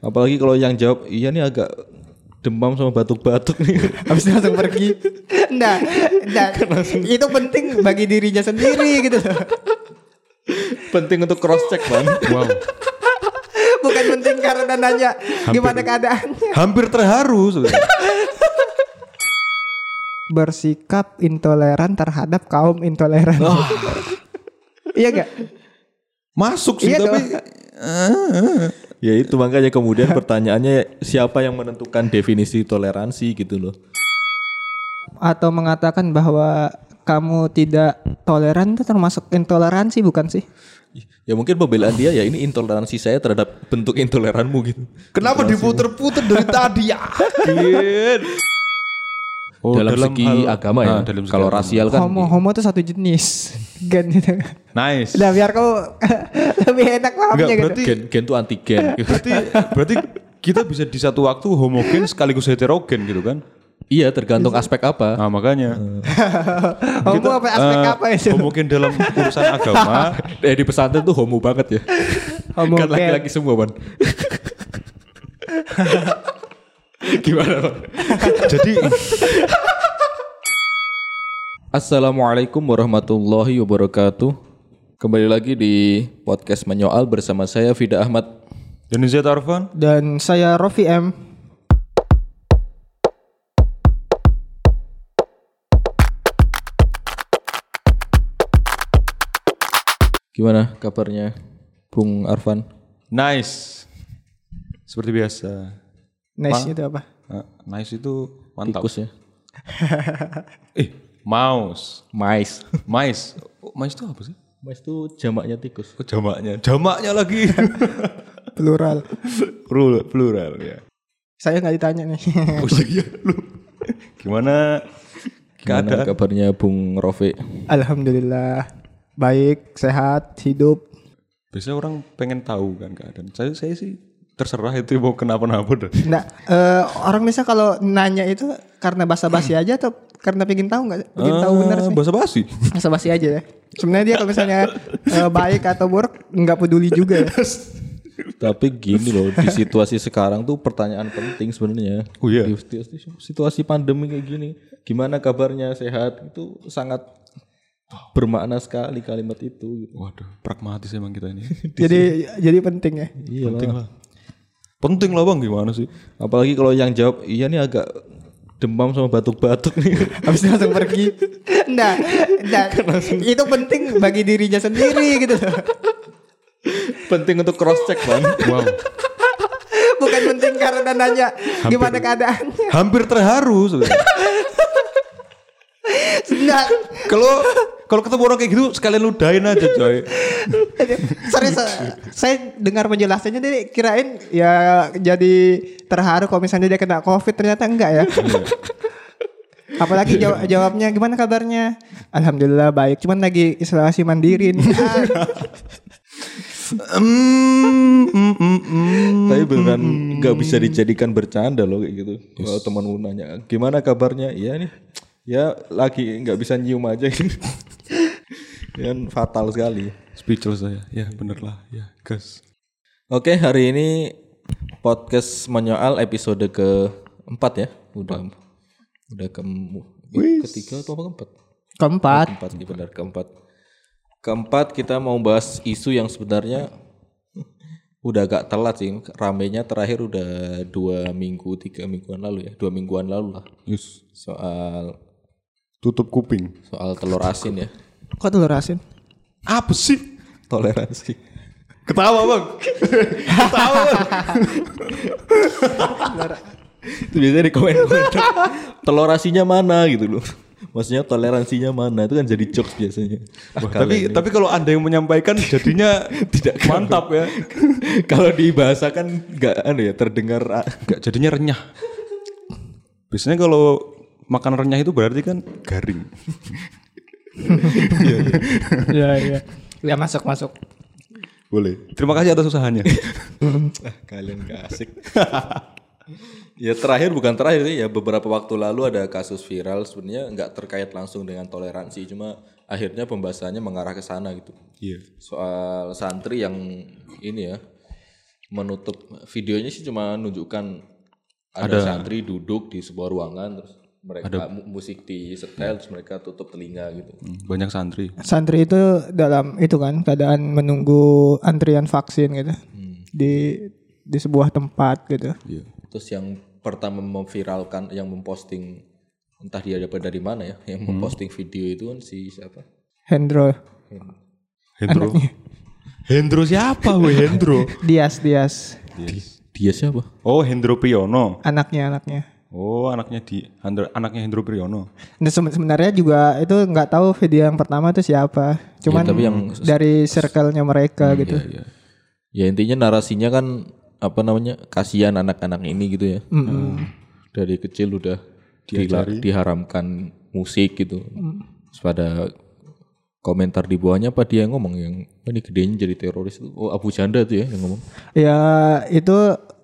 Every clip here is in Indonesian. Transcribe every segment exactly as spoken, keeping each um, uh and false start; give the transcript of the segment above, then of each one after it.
Apalagi kalau yang jawab iya nih agak demam sama batuk-batuk nih. Habis itu langsung pergi. Enggak, enggak. Itu penting bagi dirinya sendiri gitu loh. Penting untuk cross check, Bang. Wow. Bukan penting karena nanya gimana keadaannya. Hampir terharu sebenarnya. Bersikap intoleran terhadap kaum intoleran. Oh. Iya gak? Masuk sih Iya tapi Ya itu makanya kemudian pertanyaannya siapa yang menentukan definisi toleransi gitu loh. Atau mengatakan bahwa kamu tidak toleran itu termasuk intoleransi bukan sih? Ya mungkin pembelaan dia ya ini intoleransi saya terhadap bentuk intoleranmu gitu. kenapa diputer-puter dari tadi ya? Oh, dalam, dalam segi hal, agama ya. Nah, dalam segi kalau agama. rasial kan Homo homo itu satu jenis. Gen gitu. Nice. Udah biar kau lebih enak pahamnya Enggak, gitu. berarti gen gen tuh antigen. berarti berarti kita bisa di satu waktu homogen sekaligus heterogen gitu kan? Iya tergantung aspek apa. Nah, makanya. Homo apa aspek eh, apa itu? Homogen dalam urusan agama. Eh di pesantren tuh homo banget ya. Homo Kan laki-laki semua, Ban. Gimana, Bang? Jadi Assalamualaikum warahmatullahi wabarakatuh. Kembali lagi di podcast Menyoal bersama saya Fida Ahmad dan Zed Arfan. Dan saya Rofi M. Gimana kabarnya Bung Arfan? Nice. Seperti biasa. Nice Ma- itu apa? Nah, nice itu mantap. Tikus ya. Eh, mouse. Mais. Mice. Oh, mice itu apa sih? Mais itu jamaknya tikus. Oh, jamaknya. Jamaknya lagi. Plural. plural, plural ya. Saya nggak ditanya nih. Oh iya lu. Gimana? Gimana Keadaan? kabarnya Bung Rofi? Alhamdulillah. Baik, sehat, hidup. Biasanya orang pengen tahu kan keadaan. Saya saya sih terserah itu mau kenapa-napa dah. Nah, eh, orang bisa kalau nanya itu karena basa-basi aja atau karena pengen tahu nggak? Pengen tahu benar sih. Bahasa basi. Basa-basi aja ya. Sebenarnya dia kalau misalnya eh, baik atau buruk nggak peduli juga ya. Tapi gini loh, di situasi sekarang tuh pertanyaan penting sebenarnya. Oh iya. Di situasi, situasi pandemi kayak gini, gimana kabarnya, sehat? Itu sangat bermakna sekali kalimat itu. Gitu. Waduh, pragmatis emang kita ini. Jadi jadi penting ya. Iya Penting lah. Penting lah Bang, gimana sih? Apalagi kalau yang jawab iya nih agak demam sama batuk-batuk nih. Habis itu langsung pergi. Enggak, enggak. Itu penting bagi dirinya sendiri gitu loh. Penting untuk cross check, Bang. Wow. Bukan penting karena nanya gimana keadaannya. Hampir terharu sebenarnya. Enggak. Kalau kalau ketemu orang kayak gitu sekalian ludahin aja coy. Sorry, saya, saya dengar penjelasannya dia kirain ya jadi terharu kalau misalnya dia kena COVID, ternyata enggak ya. Apalagi jawab, jawabnya gimana kabarnya? Alhamdulillah baik, cuman lagi isolasi mandiri nih. Mm, mm, mm, mm. Tapi beneran nggak bisa dijadikan bercanda loh kayak gitu. Kalau temanmu nanya gimana kabarnya, iya nih. Ya lagi nggak bisa nyium aja ini. Kan fatal sekali. Speechless saya. Ya bener lah. Ya gas. Oke, hari ini podcast Menyoal episode keempat ya. Udah udah ke ketiga atau apa keempat? Keempat. Keempat, iya benar keempat. Keempat kita mau bahas isu yang sebenarnya udah agak telat sih. Ramenya terakhir udah dua minggu, tiga mingguan lalu ya. Dua mingguan lalu lah. Yes. Soal Tutup kuping. soal telur asin ya. Kok telur asin? Apa sih? Toleransi. Ketawa Bang. Ketawa Bang. Itu biasanya di komen-komen. Telur asinnya mana gitu loh. Maksudnya toleransinya mana, itu kan jadi jokes biasanya. Ah, tapi ini. tapi kalau Anda yang menyampaikan jadinya tidak mantap ya. Kalau dibahasakan nggak anu ya terdengar Enggak, jadinya renyah. Biasanya kalau makan renyah itu berarti kan garing. Iya iya. Ya masuk masuk. Boleh. Terima kasih atas usahanya. ah, kalian gak asik. Ya terakhir bukan terakhir sih ya, beberapa waktu lalu ada kasus viral sebenarnya nggak terkait langsung dengan toleransi, cuma akhirnya pembahasannya mengarah ke sana gitu. Iya. Soal santri yang ini ya menutup videonya sih cuma nunjukkan ada, Ada. santri duduk di sebuah ruangan terus mereka mu- musik di setel terus mereka tutup telinga gitu. Hmm, banyak santri. Santri itu dalam itu kan keadaan menunggu antrian vaksin gitu di di sebuah tempat gitu. Iya. Terus yang pertama memviralkan yang memposting entah dia dapat dari mana ya, yang memposting video itu kan si siapa? Hendro, Hendro. Hendro siapa weh Hendro? Dias Dias, Dia siapa? Oh, Hendro Priyono. anaknya anaknya. Oh, anaknya di Hendro, anaknya Hendro Priyono. Nah, se- sebenarnya juga itu nggak tahu video yang pertama itu siapa. Cuman Ya, tapi yang- dari circle-nya mereka gitu. Iya. Ya intinya narasinya kan apa namanya? Kasihan anak-anak ini gitu ya. Dari kecil udah dila- diharamkan musik gitu. Terus pada komentar di bawahnya apa dia yang ngomong yang "Oh, ini gedenya jadi teroris itu. Oh, Abu Janda tuh ya yang ngomong. Ya itu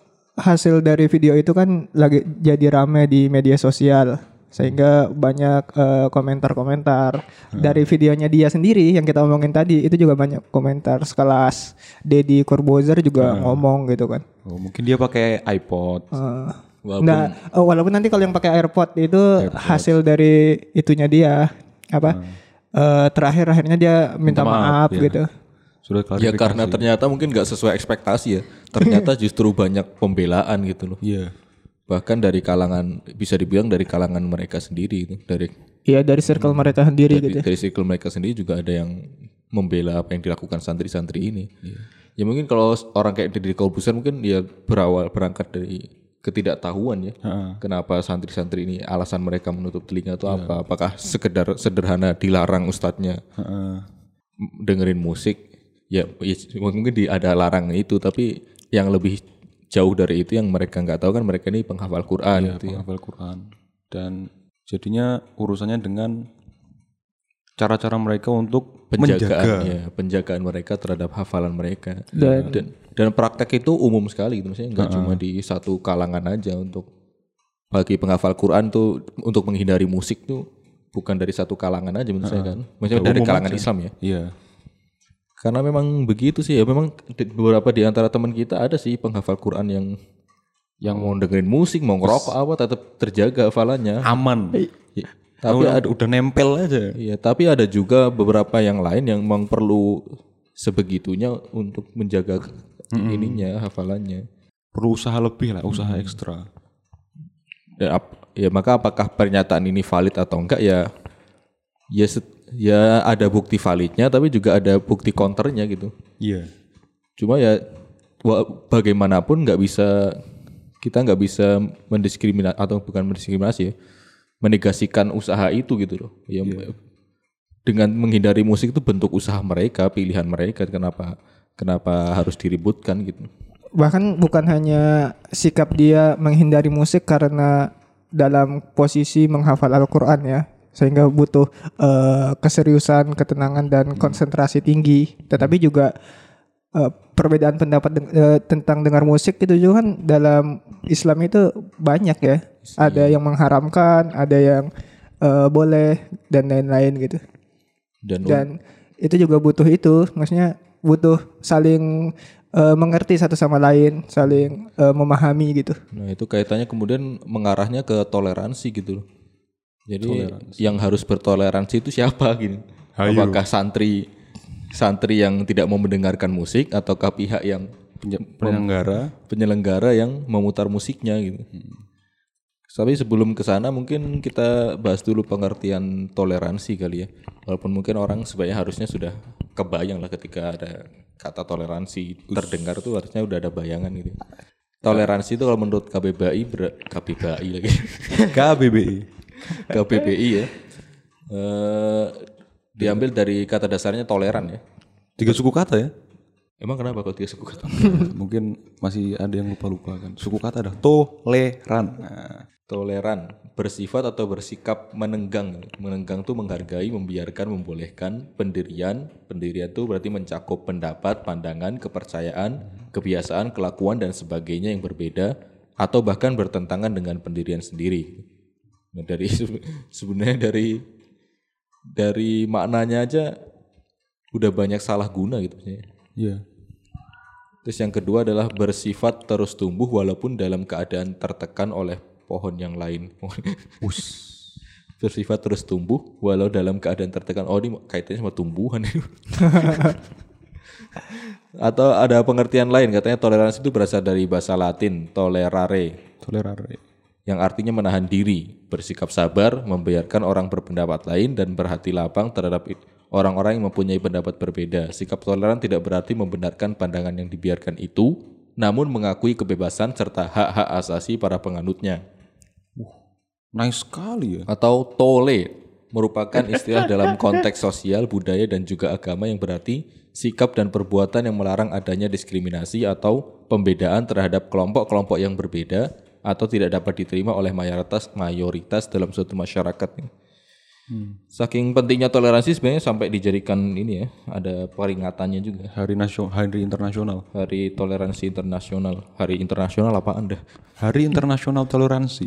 hasil dari video itu kan lagi jadi rame di media sosial sehingga banyak eh, komentar-komentar dari videonya dia sendiri yang kita omongin tadi itu juga banyak komentar sekelas Deddy Corbuzier juga ngomong gitu kan. Oh, mungkin dia pakai iPod. Eh, Walaupun nah, oh, walaupun nanti kalau yang pakai AirPod itu hasil dari itunya dia apa eh, terakhir akhirnya dia minta, Minta maaf, maaf, ya. gitu. Sudah ya klarifikasi. karena ternyata mungkin nggak sesuai ekspektasi ya. Ternyata justru banyak pembelaan gitu loh. Iya. Bahkan dari kalangan bisa dibilang dari kalangan mereka sendiri itu dari Iya dari circle mereka sendiri dari, gitu. dari circle mereka sendiri juga ada yang membela apa yang dilakukan santri-santri ini. Ya mungkin kalau orang kayak Deddy Corbuzier mungkin dia berawal berangkat dari ketidaktahuan ya. Kenapa santri-santri ini alasan mereka menutup telinga itu apa? Apakah sekedar sederhana dilarang ustadznya Heeh. dengerin musik? Ya, ya mungkin di, ada larangan itu tapi yang lebih jauh dari itu yang mereka nggak tahu kan mereka ini penghafal Quran Iya, gitu ya. penghafal Quran. Dan jadinya urusannya dengan cara-cara mereka untuk Penjagaan menjaga. ya, penjagaan mereka terhadap hafalan mereka. Dan- dan dan praktek itu umum sekali gitu maksudnya nggak cuma di satu kalangan aja untuk bagi penghafal Quran tuh untuk menghindari musik tuh bukan dari satu kalangan aja menurut saya kan. Maksudnya Ya, dari umum kalangan aja. Islam ya. Iya. Karena memang begitu sih ya memang di- beberapa di antara teman kita ada sih penghafal Quran yang yang mau dengerin musik, mau ngerokok apa tetap terjaga hafalannya. Aman. Ya, tapi udah, ada udah nempel aja. iya, tapi ada juga beberapa yang lain yang memang perlu sebegitunya untuk menjaga ininya hafalannya. Perlu usaha lebih lah, usaha ekstra. Ya, ap- ya maka apakah pernyataan ini valid atau enggak ya ya set- ya ada bukti validnya tapi juga ada bukti counternya gitu. Iya. Cuma ya wa- bagaimanapun nggak bisa kita nggak bisa mendiskriminasi atau bukan mendiskriminasi ya, menegasikan usaha itu gitu loh. Ya dengan menghindari musik itu bentuk usaha mereka, pilihan mereka. Kenapa kenapa harus diributkan gitu? Bahkan bukan hanya sikap dia menghindari musik karena dalam posisi menghafal Al-Quran ya, sehingga butuh eh, keseriusan, ketenangan dan konsentrasi tinggi. Tetapi juga eh, perbedaan pendapat deng- eh, tentang dengar musik itu juga kan dalam Islam itu banyak ya. Ada yang mengharamkan, ada yang eh, boleh dan lain-lain gitu. Dan, Dan itu juga butuh itu, maksudnya butuh saling eh, mengerti satu sama lain, saling eh, memahami gitu. nah itu kaitannya kemudian mengarahnya ke toleransi gitu loh. Jadi yang harus bertoleransi itu siapa gitu? Hayu. Apakah santri santri yang tidak mau mendengarkan musik ataukah pihak yang Penyelenggara. penyelenggara yang memutar musiknya gitu. Tapi sebelum ke sana mungkin kita bahas dulu pengertian toleransi kali ya. Walaupun mungkin orang sebenarnya harusnya sudah kebayang lah ketika ada kata toleransi terdengar tuh harusnya udah ada bayangan gitu. Toleransi itu kalau menurut K B B I ber- K B B I lagi. K B B I. K B B I ya. Eh, diambil dari kata dasarnya toleran ya. Tiga suku kata ya. Emang kenapa kalau tiga suku kata? Mungkin masih ada yang lupa-lupa kan. Suku kata ada toleran. Nah, Toleran, bersifat atau bersikap menenggang. Menenggang tuh menghargai, membiarkan, membolehkan pendirian. Pendirian tuh berarti mencakup pendapat, pandangan, kepercayaan, kebiasaan, kelakuan dan sebagainya yang berbeda atau bahkan bertentangan dengan pendirian sendiri. Nah, dari sebenarnya dari dari maknanya aja udah banyak salah guna gitu maksudnya. iya. Terus yang kedua adalah bersifat terus tumbuh walaupun dalam keadaan tertekan oleh pohon yang lain. Bersifat terus tumbuh walau dalam keadaan tertekan. Oh ini kaitannya sama tumbuhan. Atau ada pengertian lain, katanya toleransi itu berasal dari bahasa Latin tolerare. Tolerare. Yang artinya menahan diri, bersikap sabar, membiarkan orang berpendapat lain dan berhati lapang terhadap orang-orang yang mempunyai pendapat berbeda. Sikap toleran tidak berarti membenarkan pandangan yang dibiarkan itu, namun mengakui kebebasan serta hak-hak asasi para penganutnya. Uh, nice sekali ya. Atau tole merupakan istilah dalam konteks sosial, budaya dan juga agama yang berarti sikap dan perbuatan yang melarang adanya diskriminasi atau pembedaan terhadap kelompok-kelompok yang berbeda atau tidak dapat diterima oleh mayoritas mayoritas dalam suatu masyarakat. Hmm. Saking pentingnya toleransi sebenarnya sampai dijadikan ini ya, ada peringatannya juga. Hari nasional, hari internasional. Hari toleransi internasional. Hari internasional apa Anda? Hari internasional toleransi.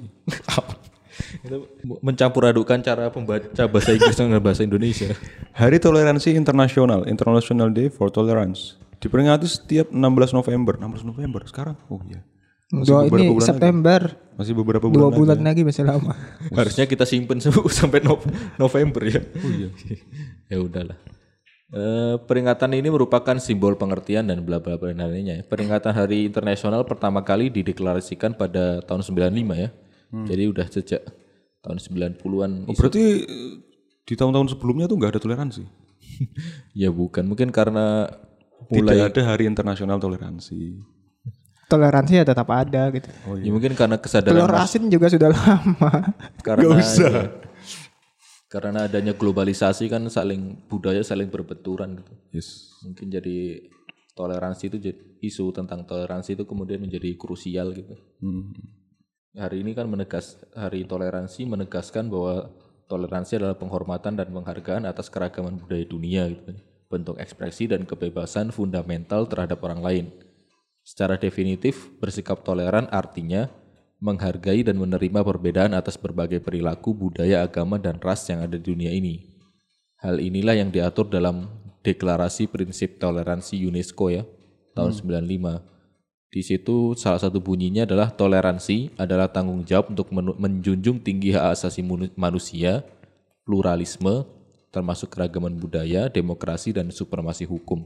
Itu mencampur adukan cara pembaca bahasa Inggris dengan bahasa Indonesia. Hari toleransi internasional, International Day for Tolerance, diperingati setiap enam belas November. enam belas November sekarang. Oh iya. Dua ini September. Lagi. Masih beberapa bulan. Dua bulan lagi, lagi masih lama. Harusnya kita simpen sampai November ya. Oh iya. Ya udahlah. E, peringatan ini merupakan simbol pengertian dan bla bla bla lainnya. Peringatan Hari Internasional pertama kali dideklarasikan pada tahun sembilan puluh lima ya. Hmm. Jadi udah sejak tahun sembilan puluhan. Oh, berarti di tahun-tahun sebelumnya tuh nggak ada toleransi? Ya bukan, mungkin karena mulai tidak ada Hari Internasional Toleransi. Toleransi ya tetap ada gitu. Oh, iya. Ya mungkin karena kesadaran telur asin juga sudah lama. Karena Gak usah. Ya, karena adanya globalisasi kan saling budaya saling berbenturan gitu. Yes. Mungkin jadi toleransi itu jadi isu tentang toleransi itu kemudian menjadi krusial gitu. Hmm. Hari ini kan menegas hari toleransi menegaskan bahwa toleransi adalah penghormatan dan penghargaan atas keragaman budaya dunia gitu. Bentuk ekspresi dan kebebasan fundamental terhadap orang lain. Secara definitif, bersikap toleran artinya menghargai dan menerima perbedaan atas berbagai perilaku, budaya, agama, dan ras yang ada di dunia ini. Hal inilah yang diatur dalam Deklarasi Prinsip Toleransi UNESCO ya, tahun hmm. sembilan puluh lima. Di situ salah satu bunyinya adalah toleransi adalah tanggung jawab untuk menjunjung tinggi hak asasi manusia, pluralisme, termasuk keragaman budaya, demokrasi, dan supremasi hukum.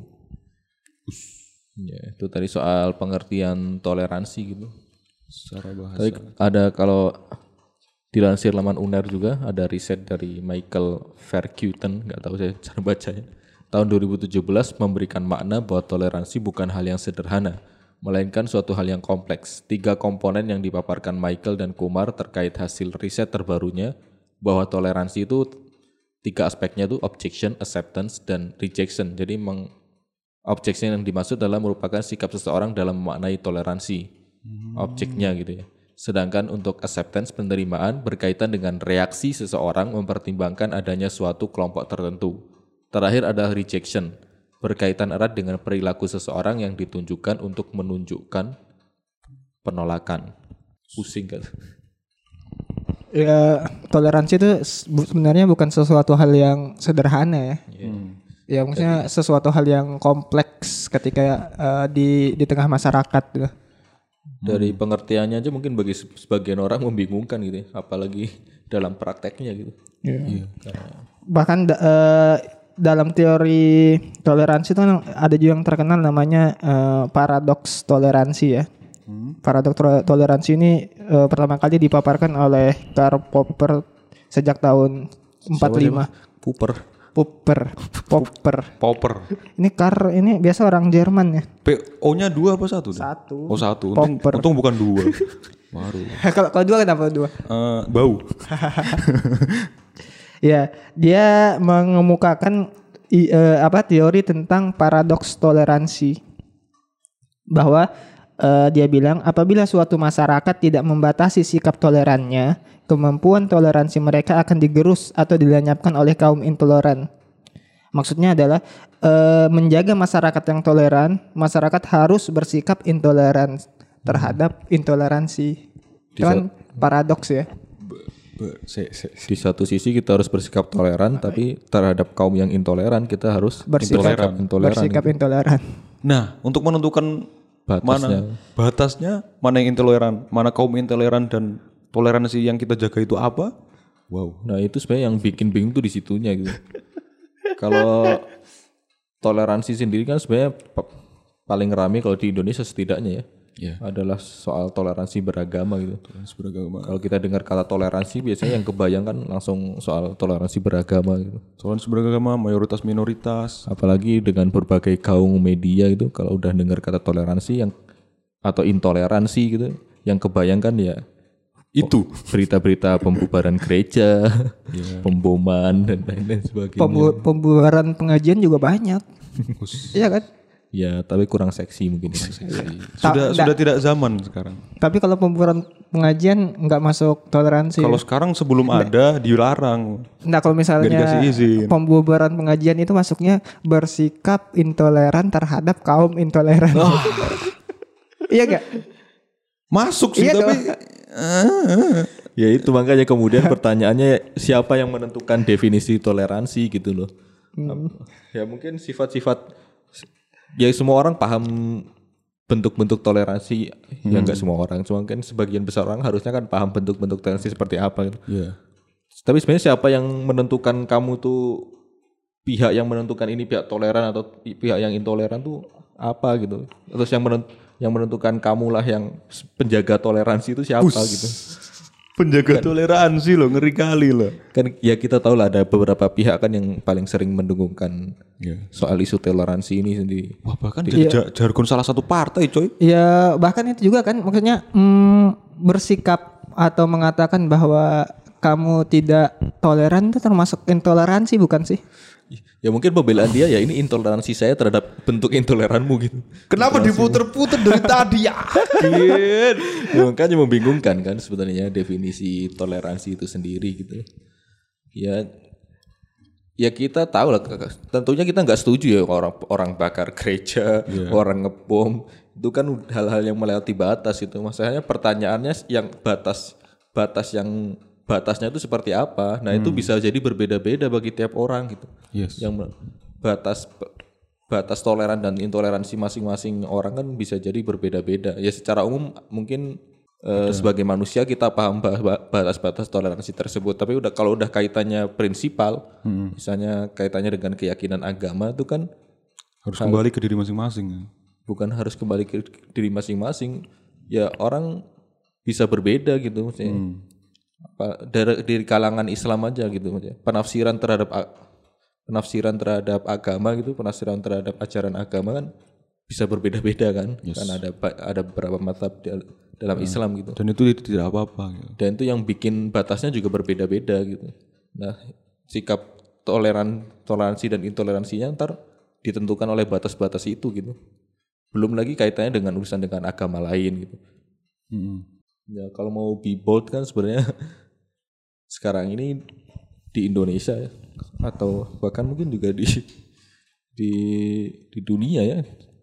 Ya, itu tadi soal pengertian toleransi gitu. Secara bahasa. Tapi ada kalau dilansir laman U N E R juga ada riset dari Michael Verkuiten, nggak tahu saya cara bacanya. Tahun dua ribu tujuh belas memberikan makna bahwa toleransi bukan hal yang sederhana, melainkan suatu hal yang kompleks. Tiga komponen yang dipaparkan Michael dan Kumar terkait hasil riset terbarunya bahwa toleransi itu tiga aspeknya itu objection, acceptance, dan rejection. Jadi meng objection yang dimaksud adalah merupakan sikap seseorang dalam memaknai toleransi, hmm. objeknya gitu ya. Sedangkan untuk acceptance, penerimaan, berkaitan dengan reaksi seseorang mempertimbangkan adanya suatu kelompok tertentu. Terakhir adalah rejection, berkaitan erat dengan perilaku seseorang yang ditunjukkan untuk menunjukkan penolakan. Pusing kan? Ya, toleransi itu sebenarnya bukan sesuatu hal yang sederhana ya. Yeah. Hmm. Ya maksudnya sesuatu hal yang kompleks ketika uh, di di tengah masyarakat gitu. Dari pengertiannya aja mungkin bagi sebagian orang membingungkan gitu, apalagi dalam prakteknya gitu. Yeah. Yeah. Bahkan uh, dalam teori toleransi itu kan ada juga yang terkenal namanya uh, paradoks toleransi ya. Hmm. Paradoks toleransi ini uh, pertama kali dipaparkan oleh Karl Popper sejak tahun empat puluh lima. Popper. Popper, Popper, Popper. Ini kar, ini biasa orang Jerman ya. P O-nya dua apa satu? Satu. Oh satu. Untung, untung bukan dua. Baru. Kalau kalau dua kenapa dua? Uh, bau. Ya, dia mengemukakan i, uh, apa teori tentang paradoks toleransi. Bahwa uh, dia bilang apabila suatu masyarakat tidak membatasi sikap tolerannya, kemampuan toleransi mereka akan digerus atau dilenyapkan oleh kaum intoleran. Maksudnya adalah e, menjaga masyarakat yang toleran, masyarakat harus bersikap intoleran terhadap intoleransi. Itu kan paradoks ya. Di satu sisi kita harus bersikap toleran, tapi terhadap kaum yang intoleran kita harus bersikap intoleran. Bersikap intoleran. Nah, untuk menentukan Batasnya. Mana batasnya, mana yang intoleran, mana kaum intoleran dan toleransi yang kita jaga itu apa? Wow. Nah itu sebenarnya yang bikin bingung tuh di situnya gitu. Kalau toleransi sendiri kan sebenarnya pa- paling rame kalau di Indonesia setidaknya ya, Ya. adalah soal toleransi beragama gitu. Beragama. Kalau kita dengar kata toleransi biasanya yang kebayang kan langsung soal toleransi beragama gitu. Toleransi beragama, mayoritas minoritas. Apalagi dengan berbagai gaung media gitu, kalau udah dengar kata toleransi yang atau intoleransi gitu, yang kebayangkan ya Itu berita-berita pembubaran gereja, pemboman dan lain-lain sebagainya. Pembu- pembubaran pengajian juga banyak. Iya kan? Ya, tapi kurang seksi mungkin. sudah Ta- sudah tidak zaman sekarang. Tapi kalau pembubaran pengajian nggak masuk toleransi. Kalau sekarang sebelum ada dilarang. Nah kalau Nggak misalnya dikasih izin. pembubaran pengajian itu masuknya bersikap intoleran terhadap kaum intoleran. Iya gak? Masuk sih Iya tapi Ya itu makanya kemudian pertanyaannya siapa yang menentukan definisi toleransi gitu loh. Ya mungkin sifat-sifat ya semua orang paham bentuk-bentuk toleransi, ya enggak semua orang, cuma kan sebagian besar orang harusnya kan paham bentuk-bentuk toleransi seperti apa gitu. Iya. Tapi sebenarnya siapa yang menentukan kamu tuh pihak yang menentukan ini pihak toleran atau pihak yang intoleran tuh apa gitu. Terus yang menentukan yang menentukan kamulah yang penjaga toleransi itu siapa gitu. Penjaga toleransi loh, ngeri kali loh. Kan ya kita tahu lah ada beberapa pihak kan yang paling sering mendengungkan Iya. soal isu toleransi ini sendiri. Wah bahkan jadi ja- jargon salah satu partai coy. Ya bahkan itu juga kan maksudnya mm, bersikap atau mengatakan bahwa kamu tidak toleran itu termasuk intoleransi bukan sih? Ya mungkin pembelaan dia ya ini intoleransi saya terhadap bentuk intoleranmu gitu. Kenapa diputer-puter dari tadi ya? Ya, makanya membingungkan kan sebenarnya definisi toleransi itu sendiri gitu. Ya ya kita tahu lah tentunya kita nggak setuju ya orang orang bakar gereja, orang ngebom itu kan hal-hal yang melewati batas itu. Masalahnya pertanyaannya yang batas batas yang batasnya itu seperti apa? Nah, itu bisa jadi berbeda-beda bagi tiap orang gitu. Yes. Yang me- batas batas toleran dan intoleransi masing-masing orang kan bisa jadi berbeda-beda. Ya secara umum mungkin eh, sebagai manusia kita paham ba- ba- batas-batas toleransi tersebut, tapi udah kalau udah kaitannya prinsipal, misalnya kaitannya dengan keyakinan agama itu kan Harus kembali ke diri masing-masing. bukan harus kembali ke diri masing-masing. Ya orang bisa berbeda gitu maksudnya. Apa, dari, dari kalangan Islam aja gitu maksudnya. Penafsiran terhadap a- penafsiran terhadap agama gitu, penafsiran terhadap ajaran agama kan bisa berbeda-beda kan. Kan ada ba- ada beberapa mazhab di- dalam Islam gitu. Dan itu tidak apa-apa gitu. Dan itu yang bikin batasnya juga berbeda-beda gitu. Nah, sikap toleran toleransi dan intoleransinya ntar ditentukan oleh batas-batas itu gitu. Belum lagi kaitannya dengan urusan dengan agama lain gitu. Ya kalau mau be bold kan sebenarnya sekarang ini di Indonesia ya, atau bahkan mungkin juga di di di dunia ya,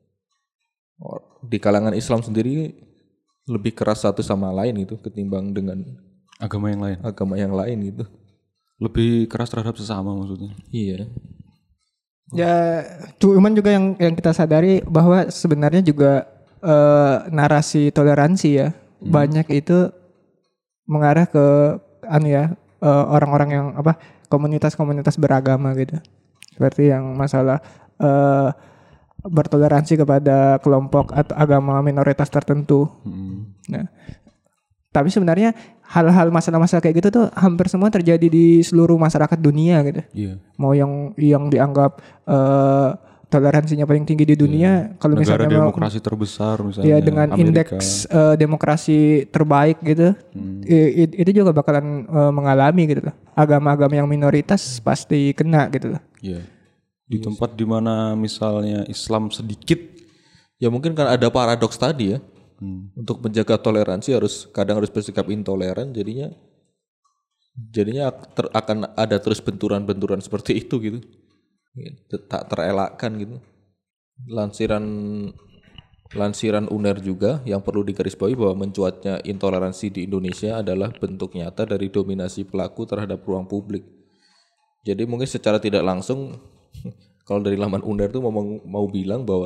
di kalangan Islam sendiri lebih keras satu sama lain itu ketimbang dengan Agama yang lain. agama yang lain gitu. Lebih keras terhadap sesama maksudnya. Iya. Ya cuman juga yang yang kita sadari bahwa sebenarnya juga eh, narasi toleransi ya banyak itu mengarah ke anu ya eh, orang-orang yang apa komunitas-komunitas beragama gitu. Seperti yang masalah eh, bertoleransi kepada kelompok atau agama minoritas tertentu. Nah, tapi sebenarnya hal-hal masalah-masalah kayak gitu tuh hampir semua terjadi di seluruh masyarakat dunia gitu. Iya. Mau yang yang dianggap eh, toleransinya paling tinggi di dunia, kalau Negara misalnya mau- demokrasi terbesar misalnya. ya dengan Amerika. indeks eh, demokrasi terbaik gitu, i- i- itu juga bakalan eh, mengalami gitu loh. Agama-agama yang minoritas pasti kena gitu loh. Iya. Di tempat dimana misalnya Islam sedikit. Ya mungkin kan ada paradoks tadi ya. Untuk menjaga toleransi harus kadang harus bersikap intoleran jadinya jadinya ter- akan ada terus benturan-benturan seperti itu gitu. Ya, tak terelakkan gitu. Lansiran lansiran U N E R juga yang perlu digarisbawahi bahwa mencuatnya intoleransi di Indonesia adalah bentuk nyata dari dominasi pelaku terhadap ruang publik. Jadi mungkin secara tidak langsung kalau dari laman U N E R tuh mau mau bilang bahwa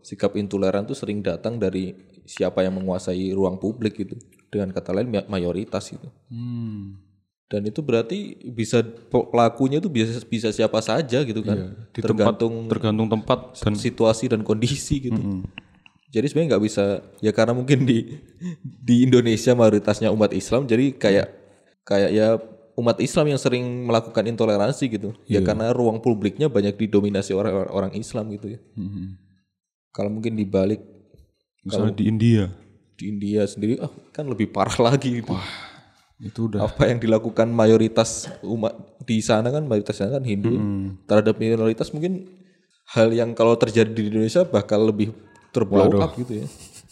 sikap intoleran tuh sering datang dari siapa yang menguasai ruang publik gitu. Dengan kata lain mayoritas gitu. Hmm. Dan itu berarti bisa pelakunya itu bisa bisa siapa saja gitu kan. Iya, di tergantung tempat, tergantung tempat dan situasi dan kondisi gitu. Mm-mm. Jadi sebenarnya nggak bisa ya karena mungkin di di Indonesia mayoritasnya umat Islam jadi kayak kayak ya umat Islam yang sering melakukan intoleransi gitu. Ya karena ruang publiknya banyak didominasi orang orang Islam gitu ya. Mm-hmm. Kalau mungkin dibalik misalnya di India, di India sendiri ah kan lebih parah lagi gitu. Wah, itu udah Apa yang dilakukan mayoritas umat di sana kan mayoritasnya kan Hindu Mm-hmm. terhadap minoritas mungkin hal yang kalau terjadi di Indonesia bakal lebih terblow up gitu ya.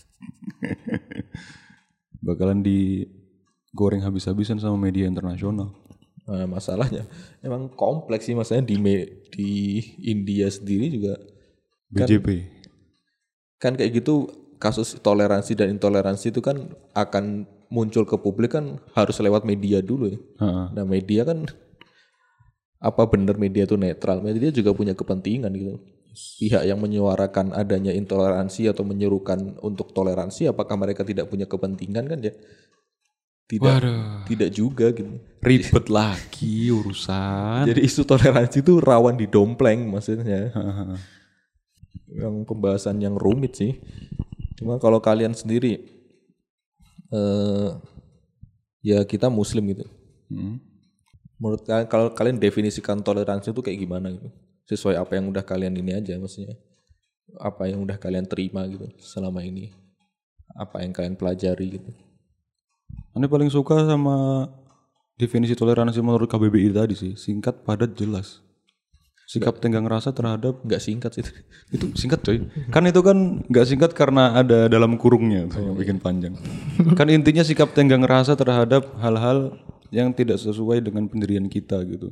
bakalan digoreng habis-habisan sama media internasional. Nah, masalahnya emang kompleks sih masalahnya di me- di India sendiri juga B J P. kan kayak gitu kasus toleransi dan intoleransi itu kan akan muncul ke publik kan harus lewat media dulu ya. Ha-ha. Nah media kan apa benar media itu netral? Media juga punya kepentingan gitu. Pihak yang menyuarakan adanya intoleransi atau menyerukan untuk toleransi, apakah mereka tidak punya kepentingan kan ya? Tidak, Waduh. tidak juga gitu. Ribet lagi urusan. Jadi isu toleransi itu rawan didompleng maksudnya. Ha-ha. Yang pembahasan yang rumit sih. Cuma kalau kalian sendiri eh, ya kita Muslim gitu. Hmm. Menurut kalian kalau kalian definisikan toleransi itu kayak gimana gitu? Sesuai apa yang udah kalian ini aja maksudnya. Apa yang udah kalian terima gitu selama ini. Apa yang kalian pelajari gitu. Anda paling suka sama definisi toleransi menurut K B B I tadi sih, singkat, padat, jelas. Sikap tenggang rasa terhadap Enggak singkat sih. itu singkat coy. Kan itu kan nggak singkat karena ada dalam kurungnya tuh yang bikin panjang. Kan intinya sikap tenggang rasa terhadap hal-hal yang tidak sesuai dengan pendirian kita gitu.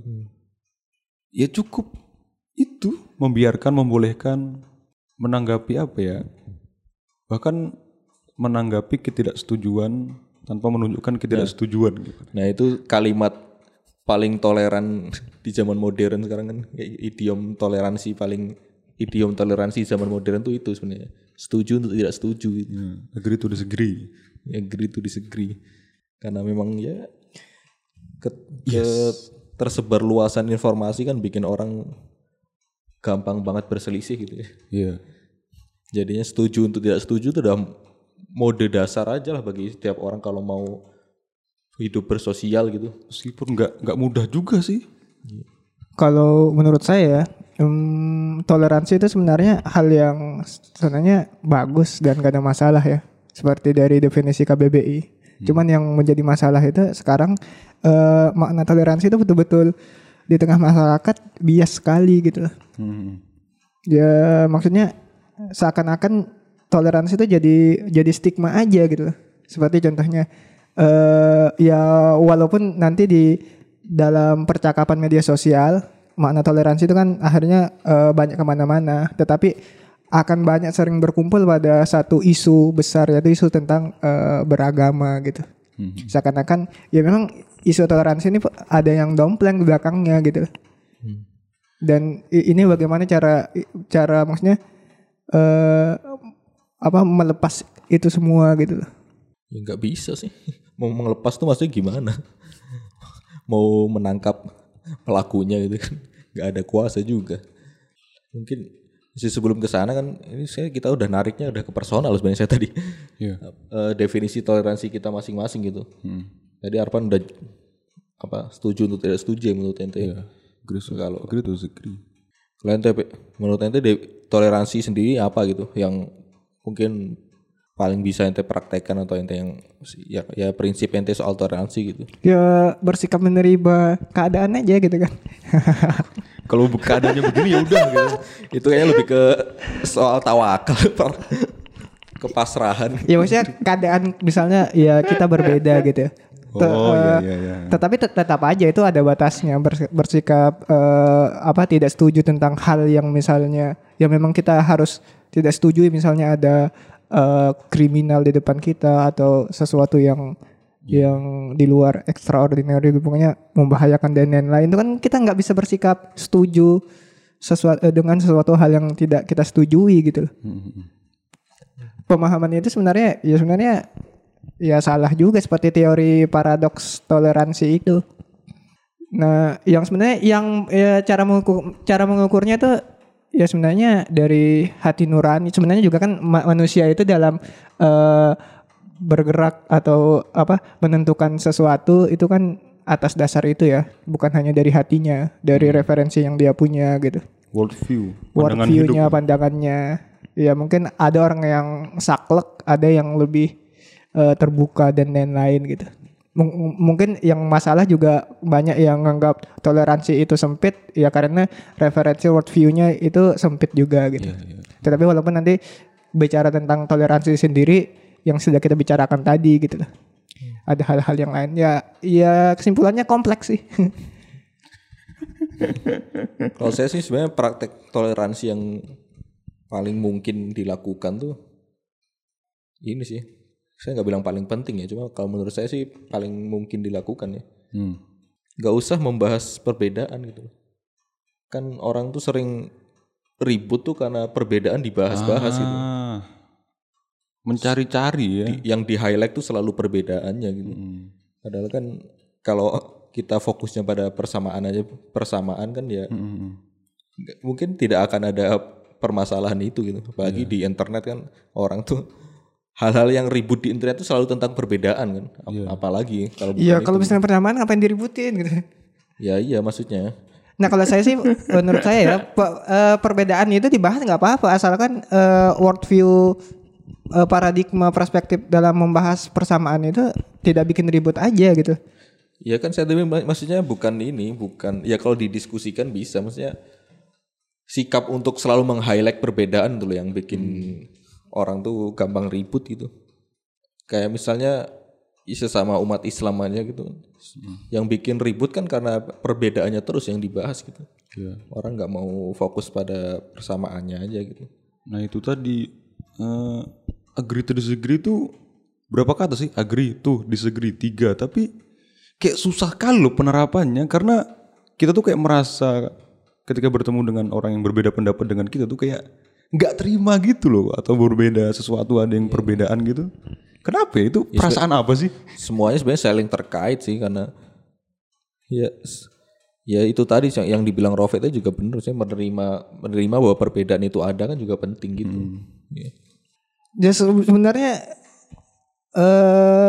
Ya cukup itu membiarkan, membolehkan, menanggapi apa ya? Bahkan menanggapi ketidaksetujuan tanpa menunjukkan ketidaksetujuan gitu. Nah itu kalimat paling toleran di zaman modern sekarang kan kayak idiom toleransi paling idiom toleransi zaman modern tuh itu sebenarnya setuju untuk tidak setuju gitu. Ya, agree to disagree. Ya, agree to disagree karena memang ya ke, ke Yes. tersebar luasan informasi kan bikin orang gampang banget berselisih gitu ya. Iya. Jadinya setuju untuk tidak setuju itu udah mode dasar aja lah bagi setiap orang kalau mau hidup bersosial gitu. Meskipun nggak nggak mudah juga sih. Kalau menurut saya, um, toleransi itu sebenarnya hal yang sebenarnya bagus dan gak ada masalah ya. Seperti dari definisi K B B I. Hmm. Cuman yang menjadi masalah itu sekarang uh, makna toleransi itu betul-betul di tengah masyarakat bias sekali gitu. Hmm. Ya maksudnya seakan-akan toleransi itu jadi jadi stigma aja gitu. Seperti contohnya uh, ya walaupun nanti di dalam percakapan media sosial makna toleransi itu kan akhirnya uh, banyak kemana-mana, tetapi akan banyak sering berkumpul pada satu isu besar yaitu isu tentang uh, beragama gitu. Hmm. Seakan-akan ya memang isu toleransi ini ada yang dompleng di belakangnya gitu. Hmm. Dan ini bagaimana cara cara maksudnya uh, apa melepas itu semua gitu loh. Ya nggak bisa sih. Mau melepas tuh maksudnya gimana? Mau menangkap pelakunya gitu kan. Nggak ada kuasa juga. Mungkin sebelum ke sana kan ini saya kita udah nariknya udah ke personal sebenarnya saya tadi. Yeah. Uh, definisi toleransi kita masing-masing gitu. Hmm. Jadi Arfan udah apa setuju untuk tidak setuju ya menurut ente. Yeah. Kalau agree to disagree. Kalau ente menurut ente de- toleransi sendiri apa gitu yang mungkin paling bisa ente praktekkan atau ente yang ya, ya prinsip ente soal toleransi gitu. Ya bersikap menerima keadaan aja gitu kan. Kalau keadaannya begini ya udah gitu. Itu kayaknya lebih ke soal tawakal, kepasrahan. Ya maksudnya keadaan misalnya ya kita berbeda gitu. Te- oh iya uh, iya iya. Tetapi tet- tetap aja itu ada batasnya bers- bersikap uh, apa tidak setuju tentang hal yang misalnya yang memang kita harus tidak setuju misalnya ada uh, kriminal di depan kita atau sesuatu yang yang di luar extraordinary pokoknya membahayakan dan lain-lain itu kan kita nggak bisa bersikap setuju sesuatu dengan sesuatu hal yang tidak kita setujui gitu loh. pemahaman itu sebenarnya ya sebenarnya ya salah juga seperti teori paradoks toleransi itu. Nah, yang sebenarnya yang ya, cara mengukur, cara mengukurnya tuh ya sebenarnya dari hati nurani. Sebenarnya juga kan ma- manusia itu dalam uh, bergerak atau apa menentukan sesuatu itu kan atas dasar itu ya, bukan hanya dari hatinya, dari hmm. referensi yang dia punya gitu. Worldview, pandangan worldview-nya, hidup. Pandangannya. Ya mungkin ada orang yang saklek, ada yang lebih uh, terbuka dan lain-lain gitu. M- mungkin yang masalah juga banyak yang menganggap toleransi itu sempit ya karena referensi worldview-nya itu sempit juga gitu. Yeah, yeah. Tetapi walaupun nanti bicara tentang toleransi sendiri yang sudah kita bicarakan tadi gitu loh. Hmm. Ada hal-hal yang lain ya, ya kesimpulannya kompleks sih. Kalau saya sih sebenarnya praktek toleransi yang paling mungkin dilakukan tuh ini sih. Saya nggak bilang paling penting ya, cuma kalau menurut saya sih paling mungkin dilakukan ya. Hmm. Gak usah membahas perbedaan gitu. Kan orang tuh sering ribut tuh karena perbedaan dibahas-bahas ah, gitu. Mencari-cari ya. Di, yang di highlight tuh selalu perbedaannya gitu. Hmm. Padahal kan kalau kita fokusnya pada persamaan aja, persamaan kan ya hmm. mungkin tidak akan ada permasalahan itu gitu. Apalagi yeah. di internet kan orang tuh hal-hal yang ribut di internet itu selalu tentang perbedaan kan. Yeah. Apalagi kalau Iya, kalau misalnya persamaan ngapain diributin gitu. Ya iya maksudnya. Nah, kalau saya sih menurut saya ya perbedaan itu dibahas enggak apa-apa asalkan uh, worldview uh, paradigma perspektif dalam membahas persamaan itu tidak bikin ribut aja gitu. Ya kan saya maksudnya bukan ini, bukan ya kalau didiskusikan bisa maksudnya sikap untuk selalu meng-highlight perbedaan tuh yang bikin hmm. orang tuh gampang ribut gitu. Kayak misalnya sesama umat Islam aja gitu. Hmm. Yang bikin ribut kan karena perbedaannya terus yang dibahas gitu. Yeah. Orang gak mau fokus pada persamaannya aja gitu. Nah itu tadi uh, agree to disagree tuh berapa kata sih? Agree to disagree tiga. Tapi kayak susah kali loh penerapannya. Karena kita tuh kayak merasa ketika bertemu dengan orang yang berbeda pendapat dengan kita tuh kayak nggak terima gitu loh, atau berbeda sesuatu ada yang yeah. perbedaan gitu. Kenapa ya? Itu ya, perasaan apa sih? Semuanya sebenarnya saling terkait sih karena ya ya itu tadi yang dibilang Rofet itu juga benar, saya menerima menerima bahwa perbedaan itu ada kan juga penting gitu. Hmm. Ya. Ya sebenarnya uh,